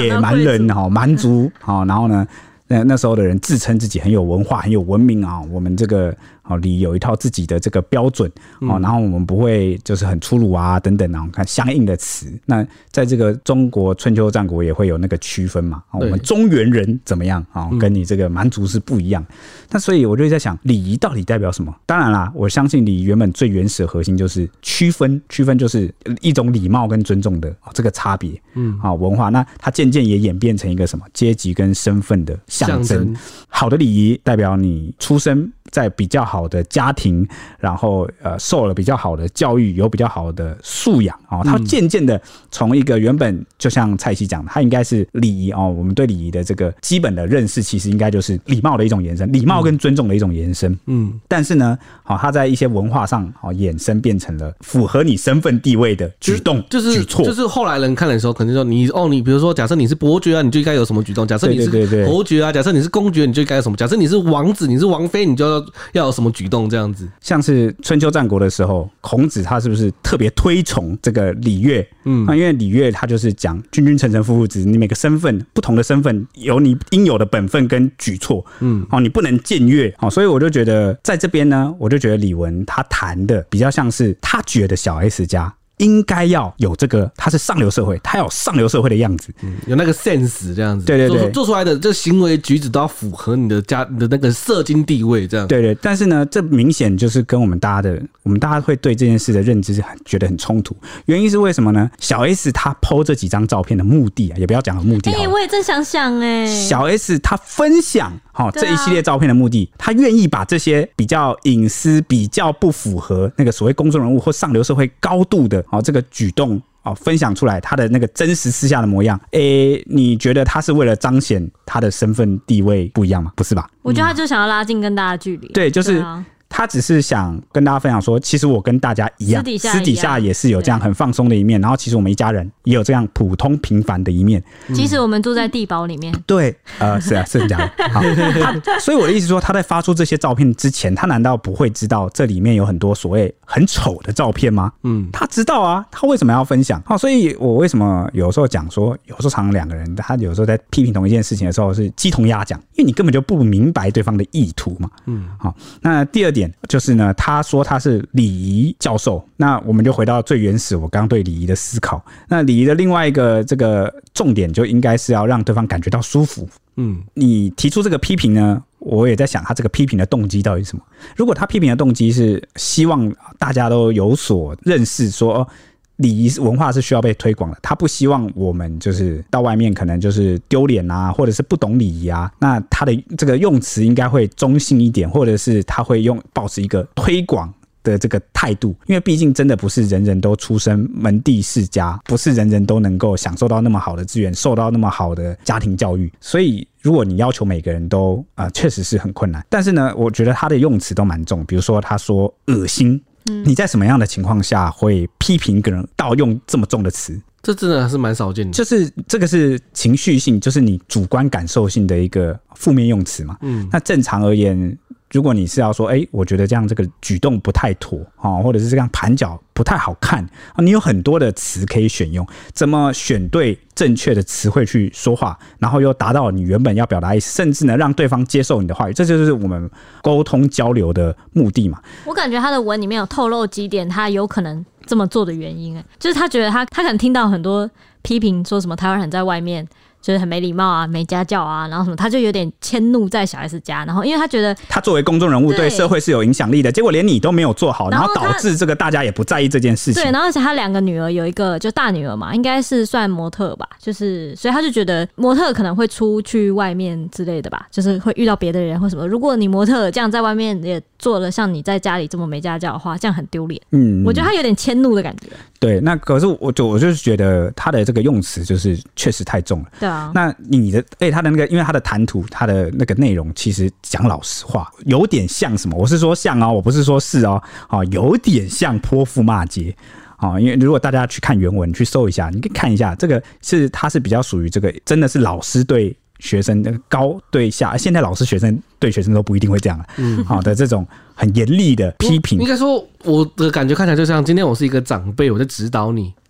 人蛮族然后呢那时候的人自称自己很有文化很有文明我们这个礼有一套自己的这个标准然后我们不会就是很粗鲁啊等等看相应的词。那在这个中国春秋战国也会有那个区分嘛我们中原人怎么样跟你这个蛮族是不一样。那所以我就在想礼仪到底代表什么？当然啦，我相信礼仪原本最原始的核心就是区分就是一种礼貌跟尊重的这个差别文化。那它渐渐也演变成一个什么阶级跟身份的象征。好的礼仪代表你出生在比较好的家庭，然后受了比较好的教育，有比较好的素养它渐渐的从一个原本就像蔡西讲的，它应该是礼仪我们对礼仪的这个基本的认识，其实应该就是礼貌的一种延伸，礼貌跟尊重的一种延伸。但是呢，它在一些文化上衍生变成了符合你身份地位的举动、举措。就是后来人看的时候，可能说你比如说，假设你是伯爵啊，你就应该有什么举动；假设你是侯爵啊，假设你是公爵，你就应该有什么；假设你是王子，你是王妃，你就要有什么举动这样子。 像是春秋战国的时候，孔子他是不是特别推崇这个礼乐？因为礼乐它就是讲君君臣臣父父子，你每个身份不同的身份有你应有的本分跟举措，你不能僭越。所以我就觉得在这边呢，我就觉得李玟他谈的比较像是他觉得小 S 家应该要有这个，他是上流社会，他要有上流社会的样子， 有那个 sense 这样子， 对， 做出来的这行为举止都要符合你的那个社经地位这样。 对，但是呢，这明显就是跟我们大家会对这件事的认知是觉得很冲突。原因是为什么呢？小 S 他 po 这几张照片的目的也不要讲的目的我也正想小 S 他分享这一系列照片的目的，他愿意把这些比较隐私、比较不符合那个所谓公众人物或上流社会高度的这个举动分享出来，他的那个真实私下的模样。你觉得他是为了彰显他的身份地位不一样吗？不是吧？ 我觉得他就想要拉近跟大家的距离。 对，就是他只是想跟大家分享说，其实我跟大家一样，私底下也是有这样很放松的一面，然后其实我们一家人也有这样普通平凡的一面。 即使我们住在地堡里面。 对，是这样。所以我的意思说，他在发出这些照片之前，他难道不会知道这里面有很多所谓很丑的照片吗？他知道啊，他为什么要分享？所以我为什么有时候讲说，有时候常常两个人，他有时候在批评同一件事情的时候是鸡同鸭讲，因为你根本就不明白对方的意图嘛。那第二点就是呢，他说他是礼仪教授，那我们就回到最原始我刚刚对礼仪的思考。那礼仪的另外一个这个重点就应该是要让对方感觉到舒服。你提出这个批评呢，我也在想他这个批评的动机到底是什么。如果他批评的动机是希望大家都有所认识说礼仪文化是需要被推广的，他不希望我们就是到外面可能就是丢脸啊，或者是不懂礼仪啊，那他的这个用词应该会中性一点，或者是他会抱持一个推广的这个态度。因为毕竟真的不是人人都出身门第世家，不是人人都能够享受到那么好的资源，受到那么好的家庭教育，所以如果你要求每个人都确实是很困难。但是呢，我觉得他的用词都蛮重，比如说他说恶心，你在什么样的情况下会批评一个人到用这么重的词？ 这真的是蛮少见的， 就是这个是情绪性，就是你主观感受性的一个负面用词嘛。那正常而言，如果你是要说我觉得这样这个举动不太妥或者是这样盘脚不太好看，你有很多的词可以选用，怎么选对正确的词汇去说话，然后又达到你原本要表达意思，甚至呢让对方接受你的话语，这就是我们沟通交流的目的嘛。 我感觉他的文里面有透露几点他有可能这么做的原因，就是他觉得他可能听到很多批评说什么台湾人在外面就是很没礼貌啊，没家教啊，然后什么，他就有点迁怒在小 S 家，然后因为他觉得他作为公众人物对社会是有影响力的，结果连你都没有做好，然后导致这个大家也不在意这件事情。 对，然后而且他两个女儿有一个就大女儿嘛，应该是算模特吧，就是所以他就觉得模特可能会出去外面之类的吧，就是会遇到别的人或什么。如果你模特这样在外面也做了像你在家里这么没家教的话，这样很丢脸。我觉得他有点迁怒的感觉。 对，那可是我就是觉得他的这个用词就是确实太重了。 对啊， 那你的他的那个，因为他的谈吐，他的那个内容，其实讲老实话，有点像什么？我是说像我不是说是有点像泼妇骂街。因为如果大家去看原文，去搜一下，你可以看一下，这个他是比较属于这个，真的是老师对学生高对下，现在老师学生对学生都不一定会这样了，的这种很严厉的批评。 应该说，我的感觉看起来就像今天我是一个长辈，我在指导你。 对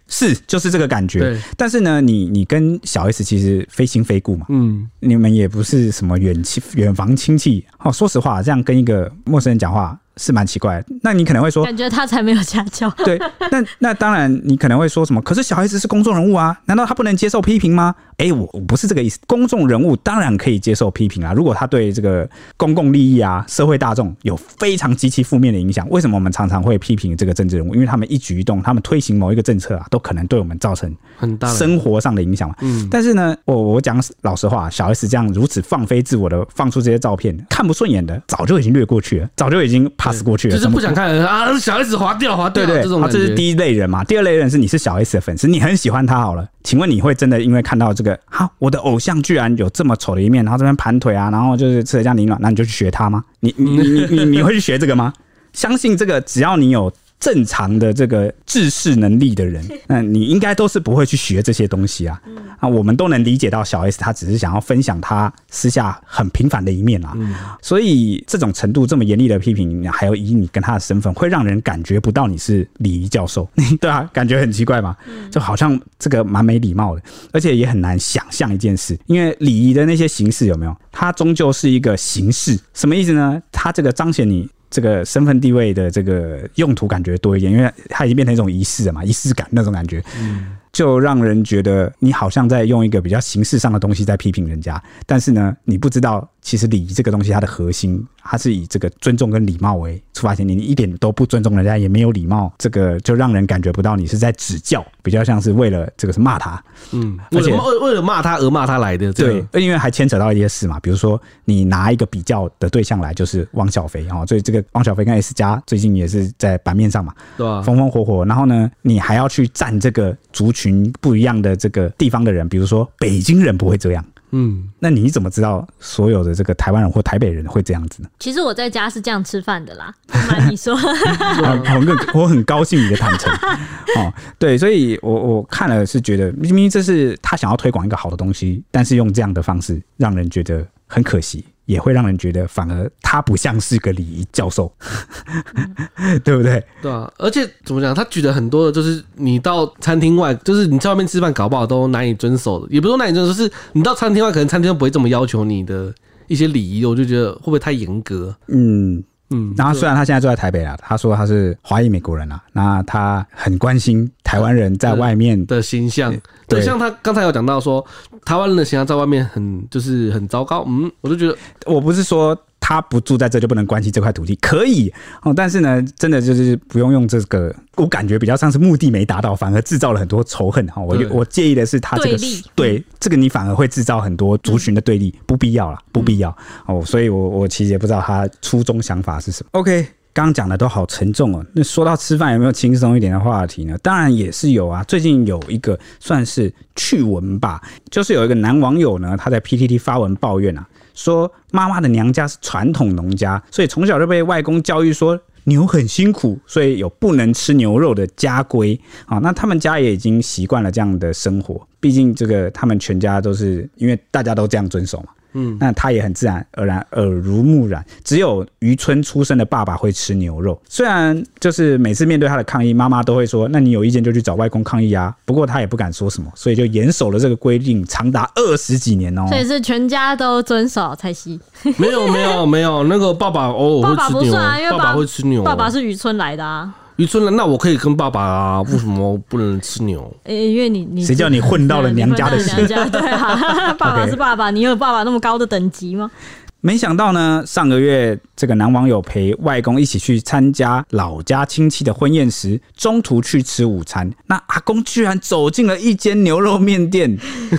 就是这个感觉。但是呢，你跟小 S 其实非亲非故嘛，你们也不是什么远房亲戚。说实话，这样跟一个陌生人讲话是蛮奇怪的。那你可能会说， 感觉他才没有家教。 对，那当然你可能会说什么？可是小 S 是公众人物啊，难道他不能接受批评吗？我不是这个意思。公众人物当然可以接受批评啦，如果他对这个公共利益啊、社会大众有非常极其负面的影响。为什么我们常常会批评这个政治人物？因为他们一举一动，他们推行某一个政策啊，都可能对我们造成很大生活上的影响嘛。但是呢，我讲老实话，小 S 这样如此放飞自我的放出这些照片，看不顺眼的早就已经略过去了，早就已经 pass 过去了， 就是不想看啊，小 S 滑掉， 对， 这种感觉。 这是第一类人嘛。第二类人是你是小 S 的粉丝，你很喜欢他好了，请问你会真的因为看到这个我的偶像居然有这么丑的一面，然后这边盘腿啊，然后就是吃得这样凌乱，那你就去学他吗？你会去学这个吗？相信这个，只要你有正常的这个治世能力的人，那你应该都是不会去学这些东西啊。我们都能理解到小 S 他只是想要分享他私下很平凡的一面啊。所以这种程度这么严厉的批评，还有以你跟他的身份，会让人感觉不到你是礼仪教授，对啊，感觉很奇怪嘛，就好像这个蛮没礼貌的，而且也很难想象一件事，因为礼仪的那些形式有没有？它终究是一个形式，什么意思呢？它这个彰显你这个身份地位的这个用途感觉多一点，因为它已经变成一种仪式了嘛，仪式感那种感觉，就让人觉得你好像在用一个比较形式上的东西在批评人家，但是呢，你不知道其实礼仪这个东西它的核心，它是以这个尊重跟礼貌为出发点，你一点都不尊重人家，也没有礼貌，这个就让人感觉不到你是在指教，比较像是为了这个是骂他， 为了骂他而骂他来的， 对，因为还牵扯到一些事嘛，比如说你拿一个比较的对象来，就是汪小菲所以这个汪小菲跟 S 家最近也是在版面上嘛，对啊，风风火火，然后呢，你还要去站这个族群不一样的这个地方的人，比如说北京人不会这样。那你怎么知道所有的这个台湾人或台北人会这样子呢？ 其实我在家是这样吃饭的啦，不瞒你说。 我很高兴你的坦诚。对，所以我看了是觉得，明明这是他想要推广一个好的东西，但是用这样的方式让人觉得很可惜，也会让人觉得反而他不像是个礼仪教授，对不对？ 对啊，而且怎么讲，他举的很多的就是你到餐厅外，就是你在外面吃饭搞不好都难以遵守的，也不是说难以遵守，就是你到餐厅外，可能餐厅不会这么要求你的一些礼仪，我就觉得会不会太严格？ 然后虽然他现在住在台北啦，他说他是华裔美国人啦，那他很关心台湾人在外面的形象。对，像他刚才有讲到说，台湾人的形象在外面很糟糕。我就觉得，我不是说他不住在这就不能关心这块土地，可以但是呢，真的就是不用用这个，我感觉比较像是目的没达到，反而制造了很多仇恨。我介意的是他这个对这个你反而会制造很多族群的对立，不必要啦，不必要所以我其实也不知道他初衷想法是什么。OK。刚刚讲的都好沉重哦。那说到吃饭有没有轻松一点的话题呢？当然也是有啊。最近有一个算是趣闻吧，就是有一个男网友呢，他在 PTT 发文抱怨啊，说妈妈的娘家是传统农家，所以从小就被外公教育说牛很辛苦，所以有不能吃牛肉的家规。那他们家也已经习惯了这样的生活，毕竟这个他们全家都是因为大家都这样遵守嘛。那他也很自然而然耳濡目染，只有渔村出生的爸爸会吃牛肉。虽然就是每次面对他的抗议，妈妈都会说那你有意见就去找外公抗议啊，不过他也不敢说什么，所以就严守了这个规定长达20几年哦。 所以是全家都遵守才行。 没有，那个爸爸偶尔会吃牛，爸爸不算啊，因为爸爸会吃牛， 爸爸是渔村来的啊。 渔村人，那我可以跟爸爸啊？为什么不能吃牛？ 因为你谁叫你混到了娘家的娘家？对啊，爸爸是爸爸，你有爸爸那么高的等级吗？ 没想到呢，上个月这个男网友陪外公一起去参加老家亲戚的婚宴时，中途去吃午餐，那阿公居然走进了一间牛肉面店。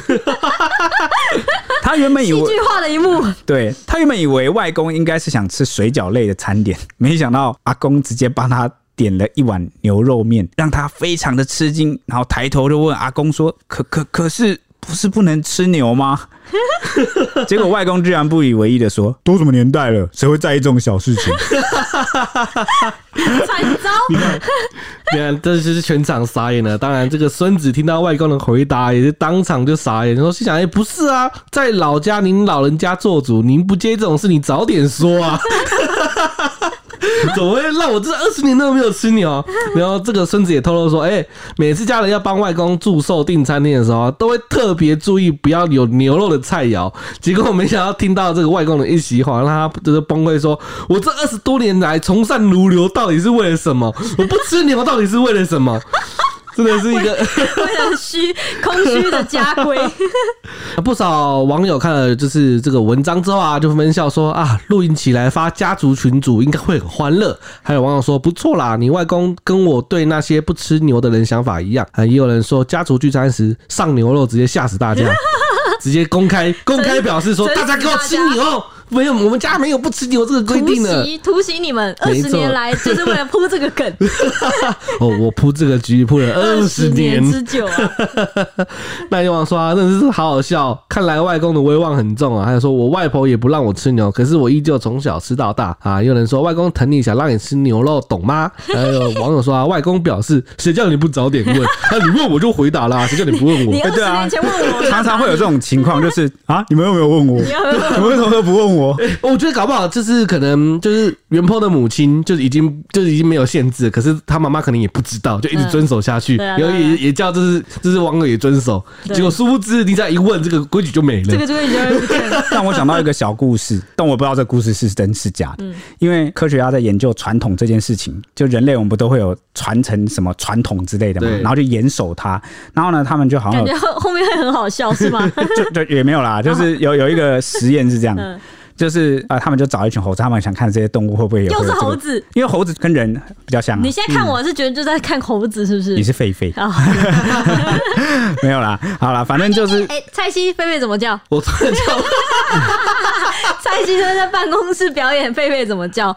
他原本以为戏剧化的一幕， 对，他原本以为外公应该是想吃水饺类的餐点，没想到阿公直接帮他点了一碗牛肉面，让他非常的吃惊，然后抬头就问阿公说：“可是不是不能吃牛吗？”结果外公居然不以为意的说：“都什么年代了，谁会在意这种小事情？” 惨遭！ 你看，这就是全场傻眼了。当然，这个孙子听到外公的回答，也是当场就傻眼，说：“心想，不是啊，在老家您老人家做主，您不介意这种事，你早点说啊。” 怎么会让我这20年都没有吃牛？然后这个孙子也透露说，每次家人要帮外公祝寿订餐厅的时候，都会特别注意不要有牛肉的菜肴。结果我没想到听到这个外公的一席话，让他就是崩溃说：“我这20多年来从善如流，到底是为了什么？我不吃牛，到底是为了什么？”真的是一个为了空虚的家规。 不少网友看了就是这个文章之后啊，就分笑说啊，录音起来发家族群组应该会很欢乐。还有网友说不错啦，你外公跟我对那些不吃牛的人想法一样。也有人说家族聚餐时上牛肉直接吓死大家，直接公开表示说大家给我吃牛。没有，我们家没有不吃牛这个规定的。 突袭你们20年来就是为了铺这个梗。 我铺这个局铺了20年之久啊。 那有网说啊，真的是好好笑，看来外公的威望很重啊。还有说我外婆也不让我吃牛，可是我依旧从小吃到大啊。有人说外公疼你，想让你吃牛肉，懂吗？还有网友说啊，外公表示谁叫你不早点问？你问我就回答啦，谁叫你不问我？ 你20年前问我， 常常会有这种情况，就是啊，你们有没有问我？你们为什么都不问我？ 我觉得搞不好就是可能就是原 po 的母亲就已经没有限制，可是他妈妈可能也不知道，就一直遵守下去，然后也叫就是网友也遵守，结果殊不知你再一问，这个规矩就没了。 这个规矩就不见了。 让我想到一个小故事，但我不知道这个故事是真是假的。因为科学家在研究传统这件事情，就人类我们不都会有传承什么传统之类的嘛，然后就严守它，然后呢，他们就好像感觉后面会很好笑是吗？ 就也没有啦，就是有一个实验是这样。就是他们就找一群猴子，他们想看这些动物会不会有。 又是猴子， 因为猴子跟人比较像。 你现在看我是觉得就在看猴子，是不是？ 你是狒狒。没有啦，好啦，反正就是。 蔡西狒狒怎么叫？ 我突然叫。 蔡西在办公室表演狒狒怎么叫？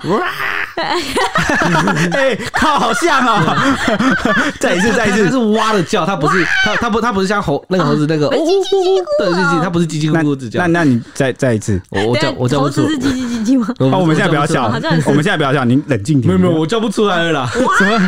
靠，好像哦！再一次， 它是蛙的叫，它不是它不是像那个猴子那个对， 它不是叽叽咕咕的叫。 那你再一次， 我叫不出。猴子是叽叽叽叽吗？ 我们现在不要笑，我们现在不要笑，你冷静点。 没有，我叫不出来了啦。 什么？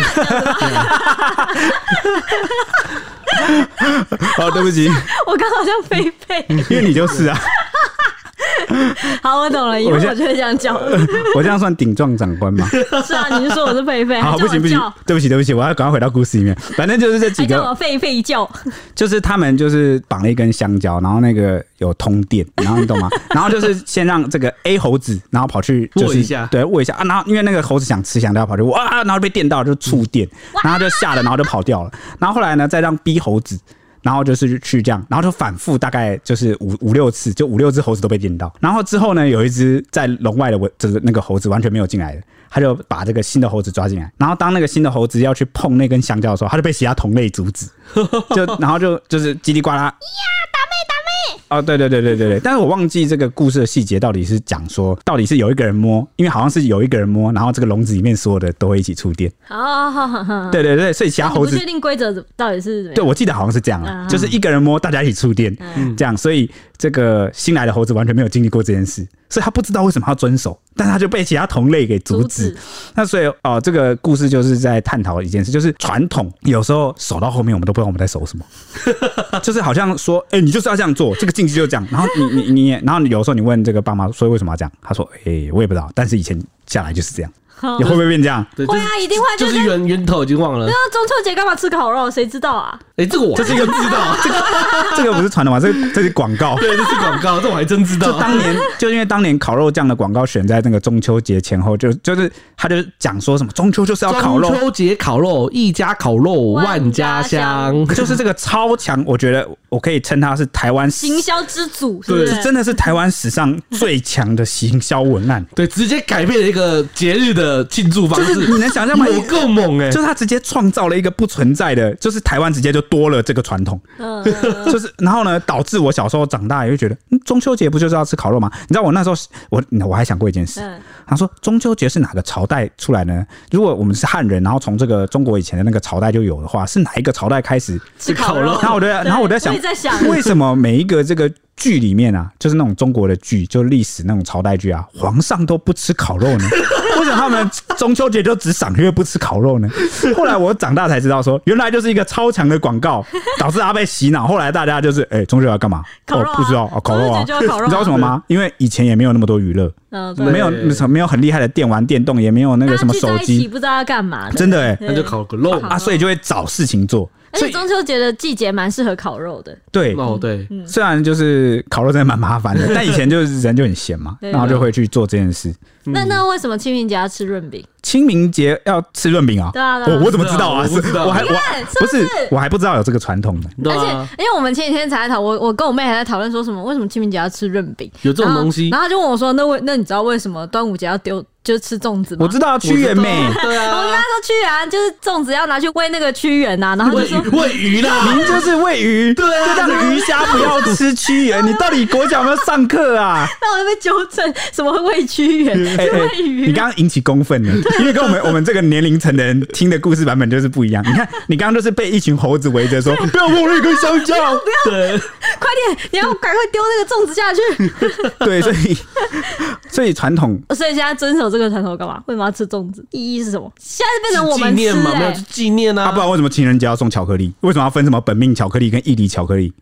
哦，对不起， 我刚好像狒狒， 因为你就是啊。 好，我懂了，以后我就会这样叫。 我这样算顶撞长官吗？ 是啊，你是说我是狒狒？ 好，不行，对不起，我要赶快回到故事里面。反正就是这几个， 还叫我狒狒叫，就是他们就是绑了一根香蕉，然后那个有通电，然后你懂吗？然后就是先让这个 A 猴子，然后跑去握一下， 对，握一下啊。然后因为那个猴子想吃香蕉，跑去哇，然后被电到就触电，然后就吓了，然后就跑掉了。然后后来呢，再让 B 猴子。然后就是去这样，然后就反复大概就是五六次，就5、6只猴子都被电到。然后之后呢，有一只在笼外的那个猴子完全没有进来的，他就把这个新的猴子抓进来。然后当那个新的猴子要去碰那根香蕉的时候，他就被其他同类阻止，然后就是叽里呱啦。哦，对，但是我忘记这个故事的细节到底是讲说，到底是有一个人摸，因为好像是有一个人摸，然后这个笼子里面所有的都会一起触电。对，所以其他猴子不确定规则到底是怎么样。 对，我记得好像是这样啊，就是一个人摸，大家一起触电，这样，所以这个新来的猴子完全没有经历过这件事，所以他不知道为什么要遵守，但他就被其他同类给阻止。那所以这个故事就是在探讨一件事，就是传统有时候守到后面，我们都不知道我们在守什么，就是好像说，你就是要这样做，这个禁忌就这样。然后你然后有时候你问这个爸妈说为什么要这样，他说，我也不知道，但是以前下来就是这样。你会不会变这样？ 对， 会啊，一定会。 就是源头已经忘了。 对啊，中秋节干嘛吃烤肉？谁知道啊？ 这个我这是一个知道，这个不是传统嘛？这是广告。 对，这是广告，这我还真知道。 就因为当年烤肉酱的广告选在那个中秋节前后，就是他就讲说什么中秋就是要烤肉， 中秋节烤肉，一家烤肉万家香， 就是这个超强，我觉得我可以称它是台湾行销之祖， 对，真的是台湾史上最强的行销文案。 对，直接改变了一个节日的庆祝方式， 就是你能想象吗？ 有够猛就是他直接创造了一个不存在的，就是台湾直接就多了这个传统，就是然后呢，导致我小时候长大也会觉得，中秋节不就是要吃烤肉吗？你知道我那时候我还想过一件事，他说中秋节是哪个朝代出来呢？如果我们是汉人，然后从这个中国以前的那个朝代就有的话，是哪一个朝代开始吃烤肉？ 然后我在想，为什么每一个这个剧里面啊，就是那种中国的剧，就历史那种朝代剧啊，皇上都不吃烤肉呢？ 为什么他们中秋节就只赏月不吃烤肉呢？后来我长大才知道说，原来就是一个超强的广告导致他被洗脑。后来大家就是中秋要干嘛？ 烤肉啊， 不知道烤肉啊。 你知道为什么吗？因为以前也没有那么多娱乐，没有很厉害的电玩电动，也没有那个什么手机， 不知道要干嘛的。 真的那就烤个肉啊，所以就会找事情做。 而且中秋节的季节蛮适合烤肉的。 对对， 虽然就是烤肉真的蛮麻烦的，但以前就是人就很闲嘛，然后就会去做这件事。 那为什么清明节要吃润饼？ 清明节要吃润饼啊？ 对啊， 我怎么知道啊？我还不知道有这个传统的。 而且因为我们前几天才在讨，我跟我妹还在讨论说什么为什么清明节要吃润饼？ 有这种东西？ 然后她就问我说：“那你知道为什么端午节要就吃粽子吗？” 我知道屈原妹， 对啊， 我跟她说屈原就是粽子要拿去喂那个屈原呐，然后就说喂鱼啦， 您就是喂鱼，对啊，就让鱼虾不要吃屈原。你到底国小有没有上课啊？ 那我就被纠正，什么会喂屈原？是喂鱼。 你刚刚引起公愤了，因为跟我们这个年龄层的人听的故事版本就是不一样。你看，你刚刚就是被一群猴子围着说，不要碰那根香蕉， 不要，快点，你要赶快丢那个粽子下去。 对，所以传统， 所以现在遵守这个传统干嘛？为什么要吃粽子？意义是什么？现在变成我们纪念嘛，没有纪念啊。 不然为什么情人节要送巧克力？为什么要分什么本命巧克力跟义理巧克力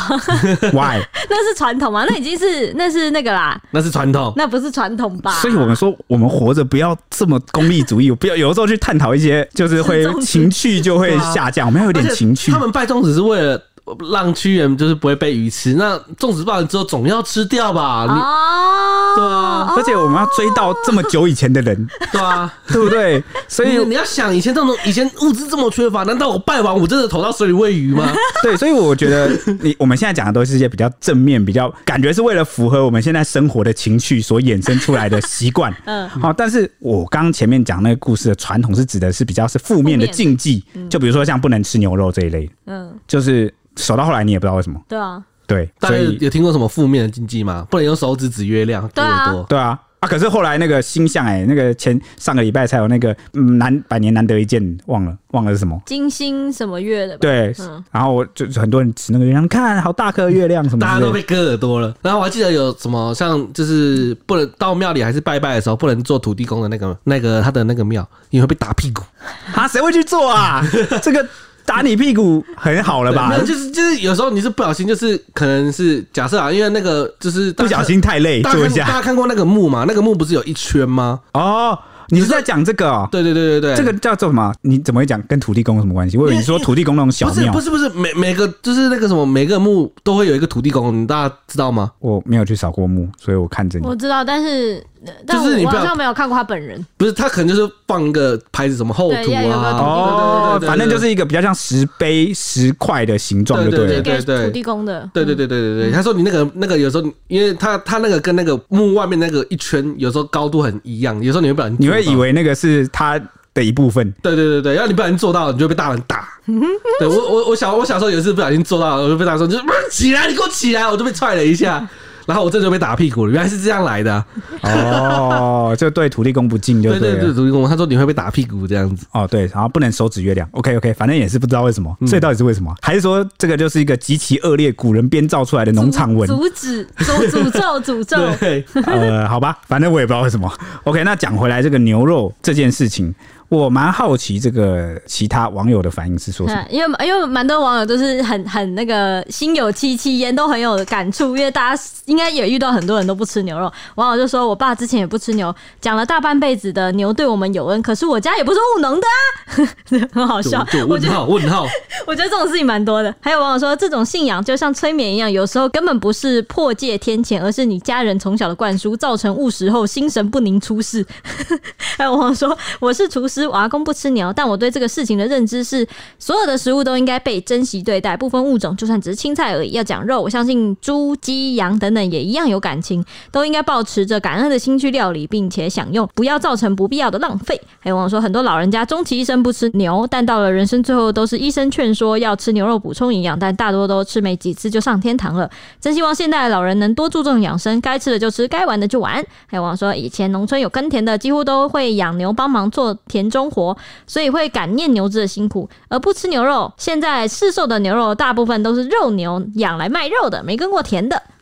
？Why？ 那是传统吗？那是那个啦， 那是传统， 那不是传统吧？ 所以我们说，我们活着不要这么功利主义，不要有的时候去探讨一些，就是会情趣就会下降，我们要有点情趣。 他们拜粽子是为了让屈原就是不会被鱼吃，那粽子拜完之后总要吃掉吧？对啊， 而且我们要追到这么久以前的人， 对啊， 对不对？所以你要想以前物资这么缺乏，难道我拜完我真的投到水里喂鱼吗？ 对，所以我觉得我们现在讲的都是一些比较正面、比较感觉是为了符合我们现在生活的情趣所衍生出来的习惯。好，但是我刚前面讲那个故事的传统是指的是比较是负面的禁忌，就比如说像不能吃牛肉这一类，就是守到后来你也不知道为什么。 对啊。 对， 大家有听过什么负面的禁忌吗？不能用手指指月亮， 对啊， 对啊，可是后来那个星象那个上个礼拜才有那个百年难得一见，忘了是什么金星什么月的吧？ 对，然后就很多人指那个月亮，看好大颗月亮什么， 大家都被割耳朵了。然后我还记得有什么像就是不能到庙里还是拜拜的时候不能做土地公的那个他的那个庙，因为会被打屁股啊，谁会去做啊？这个。打你屁股很好了吧？ 就是有时候你是不小心，就是可能是假设啊，因为那个就是不小心太累做一下。 大家看过那个墓吗？那个墓不是有一圈吗？ 哦。你是在讲这个哦？ 对， 这个叫做什么？你怎么会讲跟土地公有什么关系？我以为你说土地公那种小庙， 不是，每个就是那个什么，每个墓都会有一个土地公，大家知道吗？ 我没有去扫过墓，所以我看着你。 我知道，但就是我好像没有看过他本人。 不是，他可能就是放一个牌子，什么后土啊，反正就是一个比较像石碑、石块的形状，就对了。 给土地公的。 对。他说你那个有时候，因为他那个跟那个墓外面那个一圈，有时候高度很一样，有时候你会不小心。 会以为那个是他的一部分， 对，然后你不小心做到了，你就会被大人打。对我小时候有一次不小心做到了，我就被大人说，就是起来，你给我起来，我就被踹了一下。然后我这就被打屁股了，原来是这样来的就对土地公不敬就对了。 对土地公，他说你会被打屁股这样子。 对，然后不能手指月亮。OK， 反正也是不知道为什么，所以到底是为什么？还是说这个就是一个极其恶劣古人编造出来的农场文？ 诅咒。 对， 好吧，反正我也不知道为什么。OK， 那讲回来这个牛肉这件事情。我蛮好奇这个其他网友的反应是说什么， 因为蛮多网友都是很那个心有戚戚焉，都很有感触，因为大家应该也遇到很多人都不吃牛肉。网友就说我爸之前也不吃牛，讲了大半辈子的牛对我们有恩，可是我家也不是务农的啊，很好笑。 问号， 我觉得这种事情蛮多的。还有网友说这种信仰就像催眠一样，有时候根本不是破戒天谴，而是你家人从小的灌输，造成误食后心神不宁出事。还有网友说我是厨师，我阿公不吃牛，但我对这个事情的认知是，所有的食物都应该被珍惜对待，不分物种，就算只是青菜而已。要讲肉，我相信猪、鸡、羊等等也一样有感情，都应该抱持着感恩的心去料理，并且享用，不要造成不必要的浪费。还有网友说，很多老人家终其一生不吃牛，但到了人生最后都是医生劝说要吃牛肉补充营养，但大多都吃没几次就上天堂了。真希望现代的老人能多注重养生，该吃的就吃，该玩的就玩。还有网友说，以前农村有耕田的，几乎都会养牛帮忙做田中活，所以会感念牛只的辛苦，而不吃牛肉。现在市售的牛肉大部分都是肉牛养来卖肉的，没耕过田的。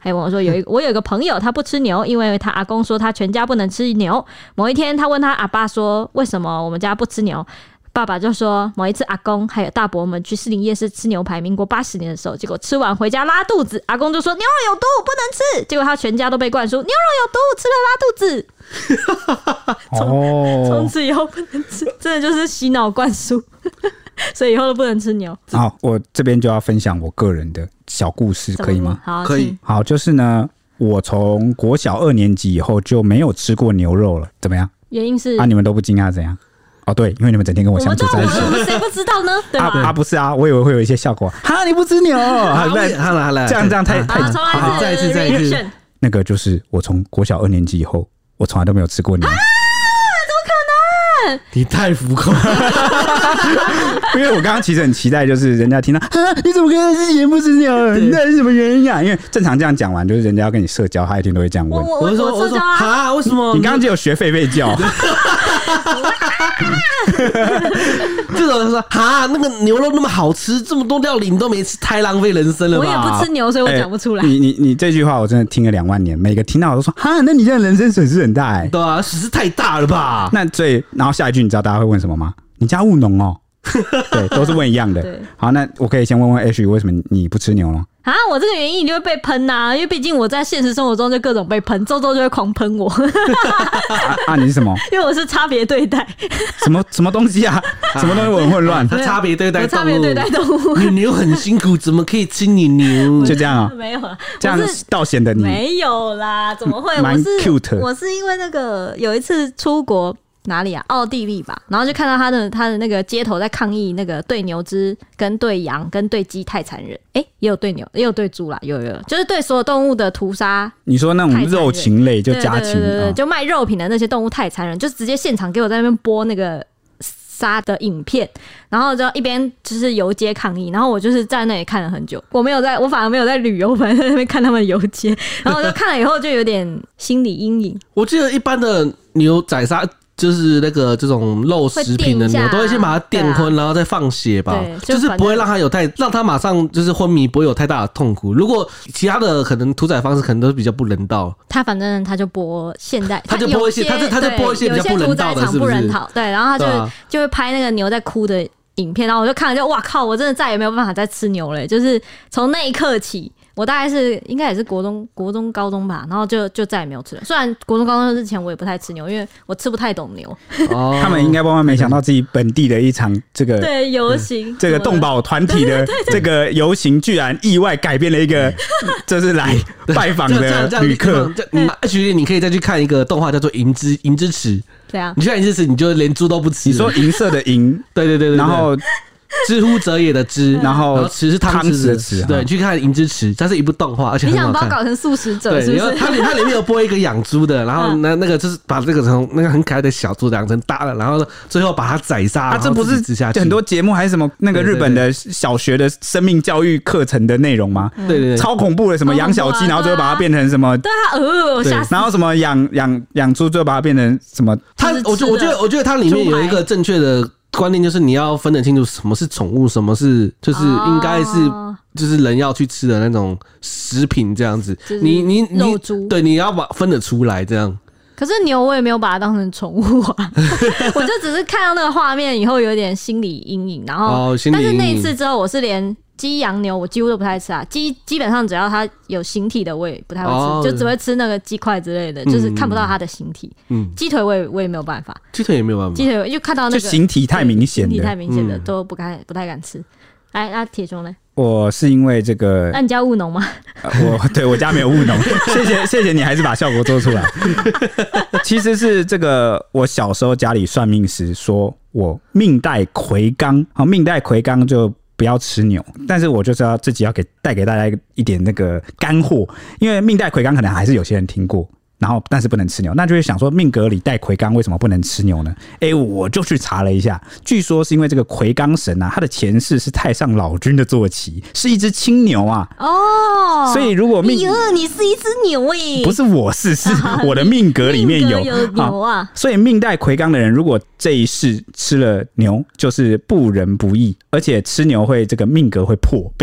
还问我说我有一个朋友他不吃牛，因为他阿公说他全家不能吃牛。某一天他问他阿爸说为什么我们家不吃牛，爸爸就说某一次阿公还有大伯们去士林夜市吃牛排，民国80年的时候，结果吃完回家拉肚子，阿公就说牛肉有毒不能吃，结果他全家都被灌输牛肉有毒，吃了拉肚子。从此以后不能吃，真的就是洗脑灌输。所以以后都不能吃牛。 好，我这边就要分享我个人的小故事，可以吗？ 好， 可以。 好，就是呢，我从国小2年级以后就没有吃过牛肉了，怎么样？ 原因是你们都不惊讶怎样？哦，对，因为你们整天跟我相处在一起。 我们谁不知道呢？对吧？ 不是啊，我以为会有一些效果。哈，你不吃牛？好了，这样太好， 再一次。 那个就是我从国小2年级以后，我从来都没有吃过牛。 你太浮夸了。 因为我刚刚其实很期待，就是人家听到你怎么可以之前不吃牛？那是什么原因啊？因为正常这样讲完，就是人家要跟你社交，他一定都会这样问。 我就说为什么？ 你刚刚只有学狒狒叫。 这种人说那个牛肉那么好吃，这么多料理你都没吃，太浪费人生了吧？ 我也不吃牛，所以我讲不出来。 你这句话我真的听了2万年，每个听到我都说那你这样人生损失很大对啊，损失太大了吧？ 那然后下一句你知道大家会问什么吗？你家务农哦。对，都是问一样的。好，那我可以先问问 H 为什么你不吃牛了？ 我这个原因你就会被喷因为毕竟我在现实生活中就各种被喷，周就会狂喷我。 你是什么？ 因为我是差别对待。 什么东西啊？什么东西我很混乱？ 他差别对待动物， 差别对待动物。 牛很辛苦，怎么可以吃牛？ 就这样没有了， 这样倒显得你没有啦，怎么会？ 蛮 cute。 我是因为那个有一次出国。哪里啊？奥地利吧，然后就看到他的那个街头在抗议那个对牛只跟对羊跟对鸡太残忍，也有对牛也有对猪啦，有，就是对所有动物的屠杀。 你说那种肉禽类就家禽， 对，就卖肉品的那些动物太残忍，就直接现场给我在那边播那个杀的影片，然后就一边就是游街抗议，然后我就是在那里看了很久，我反而没有在旅游，反正在那边看他们游街，然后我就看了以后就有点心理阴影。 我记得一般的牛宰杀。就是那个这种肉食品的牛，都会先把它电昏，然后再放血吧，就是不会让它让它马上就是昏迷，不会有太大的痛苦。如果其他的可能屠宰方式可能都是比较不人道， 反正他就播现代， 他就播一些比较不人道的，是不是？ 对，然后他就会拍那个牛在哭的影片，然后我就看了就哇靠，我真的再也没有办法再吃牛了。就是从那一刻起。我大概应该也是国中、高中吧，然后就再也没有吃了。虽然国中、高中之前我也不太吃牛，因为我吃不太懂牛。 他们应该万万没想到自己本地的一场这个对游行， 这个动保团体的这个游行，居然意外改变了一个就是来拜访的旅客。 H 你可以再去看一个动画叫做《银之匙》。 对啊， 你去看《银之匙》，你就连猪都不吃。 你说银色的银， 对， 然后。 知乎者也的知，然后匙是汤匙的匙，对，你去看《银之匙》，它是一部动画，而且很好看。 你想把它搞成素食者是不是？ 对，它里面有播一个养猪的，然后那个就是把这个从那个很可爱的小猪养成大了，然后最后把它宰杀。 这不是很多节目还是什么那个日本的小学的生命教育课程的内容吗？ 对， 超恐怖的，什么养小鸡，然后最后把它变成什么？ 对啊， 然后什么养猪，最后把它变成什么？ 我觉得它里面有一个正确的。观念就是你要分得清楚什么是宠物，什么是就是应该是就是人要去吃的那种食品这样子。你肉猪对，你要分得出来这样。 可是牛我也没有把它当成宠物啊，我就只是看到那个画面以后有点心理阴影，然后但是那一次之后我是连鸡、羊、牛我几乎都不太吃啊。鸡基本上只要它有形体的我也不太会吃，就只会吃那个鸡块之类的，就是看不到它的形体。鸡腿我也没有办法， 鸡腿也没有办法， 鸡腿就看到那个就形体太明显的都不太敢吃。来，那铁兄呢？ 我是因为这个， 那你家务农吗？ 我家没有务农，谢谢你，还是把效果做出来。其实是这个，我小时候家里算命师说我命带魁罡，命带魁罡就不要吃牛，但是我就是要自己要带给大家一点那个干货，因为命带魁罡可能还是有些人听过。然后，但是不能吃牛，那就会想说命格里带魁罡为什么不能吃牛呢？我就去查了一下，据说是因为这个魁罡神啊，他的前世是太上老君的坐骑，是一只青牛啊。所以如果你是一只牛不是我是我的命格里面有牛啊。 所以命带魁罡的人，如果这一世吃了牛，就是不仁不义，而且吃牛会这个命格会被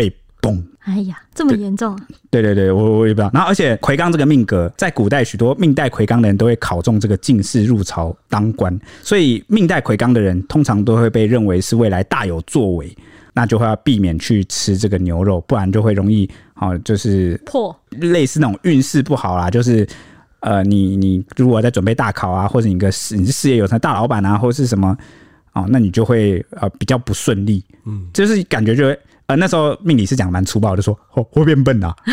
嘣。 哎呀，这么严重啊！ 对对对，我也不知道。然后而且魁罡这个命格，在古代许多命带魁罡的人都会考中这个进士入朝当官，所以命带魁罡的人通常都会被认为是未来大有作为，那就会要避免去吃这个牛肉，不然就会容易就是破类似那种运势不好啦，就是你如果在准备大考啊，或者你是事业有成大老板啊，或者是什么那你就会比较不顺利，就是感觉就会。那时候命理师讲蛮粗暴的，就说会变笨啊，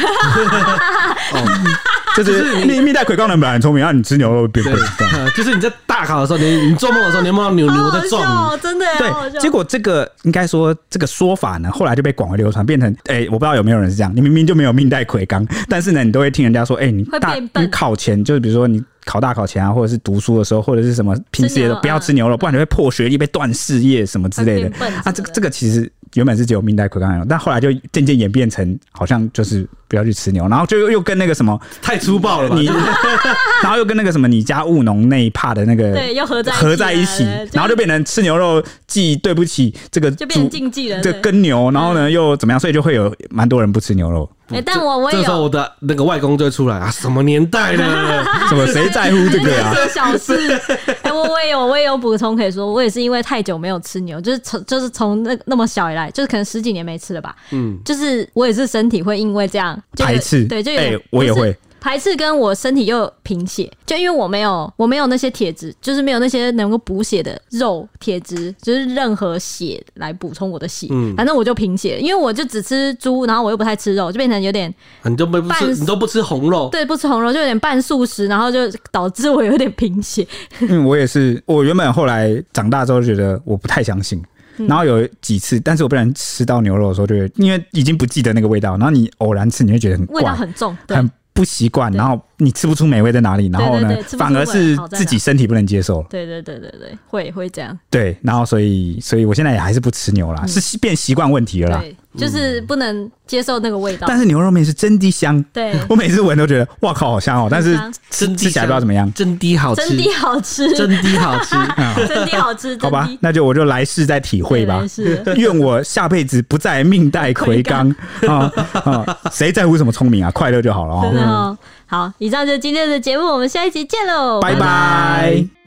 就是命带魁罡的人本来很聪明，你吃牛肉会变笨。 就是你在大考的时候，你做梦的时候，你梦到牛在撞你， 真的对。结果这个应该说这个说法呢，后来就被广为流传，变成我不知道有没有人是这样，你明明就没有命带魁罡，但是呢，你都会听人家说，你考前就是比如说你考大考前啊，或者是读书的时候，或者是什么平时也不要吃牛肉，不然你会破学历、被断事业什么之类的。这个其实原本是只有命带魁罡，但后来就渐渐演变成好像就是不要去吃牛，然后就又跟那个什么太粗暴了吧， 然后又跟那个什么你家务农那一趴的那个对又合在一起，然后就变成吃牛肉既对不起这个就变成禁忌了， 这耕牛，然后呢又怎么样，所以就会有蛮多人不吃牛肉。 但我也有， 这时候我的那个外公就会出来啊，什么年代了， 什么谁在乎这个啊？ 小事。我也有补充可以说，我也是因为太久没有吃牛，就是从那么小以来，就是可能10几年没吃了吧。就是我也是身体会因为这样排斥， 对，就我也会。 排斥跟我身体又贫血，就因为我没有那些铁质，就是没有那些能够补血的肉铁质，就是任何血来补充我的血。反正我就贫血，因为我就只吃猪，然后我又不太吃肉，就变成有点你都不吃红肉， 对，不吃红肉就有点半素食，然后就导致我有点贫血。 我也是，我原本后来长大之后觉得我不太相信。然后有几次，但是我不然吃到牛肉的时候，就会因为已经不记得那个味道，然后你偶然吃，你会觉得很怪， 味道很重， 很不习惯，然后你吃不出美味在哪里，然后呢，反而是自己身体不能接受。 对，会这样。 对，然后所以我现在也还是不吃牛啦，是变习惯问题了啦。 对，就是不能接受那个味道。 但是牛肉面是真的香， 对， 我每次闻都觉得哇靠，好香哦！但是吃起来不知道怎么样， 真的好吃， 真的好吃， 真的好吃， 真的好吃。 好吧，那我就来世再体会吧。愿我下辈子不再命带魁罡啊！谁在乎什么聪明啊？快乐就好了哦。 好，以上就是今天的节目，我们下一集见喽， 拜拜。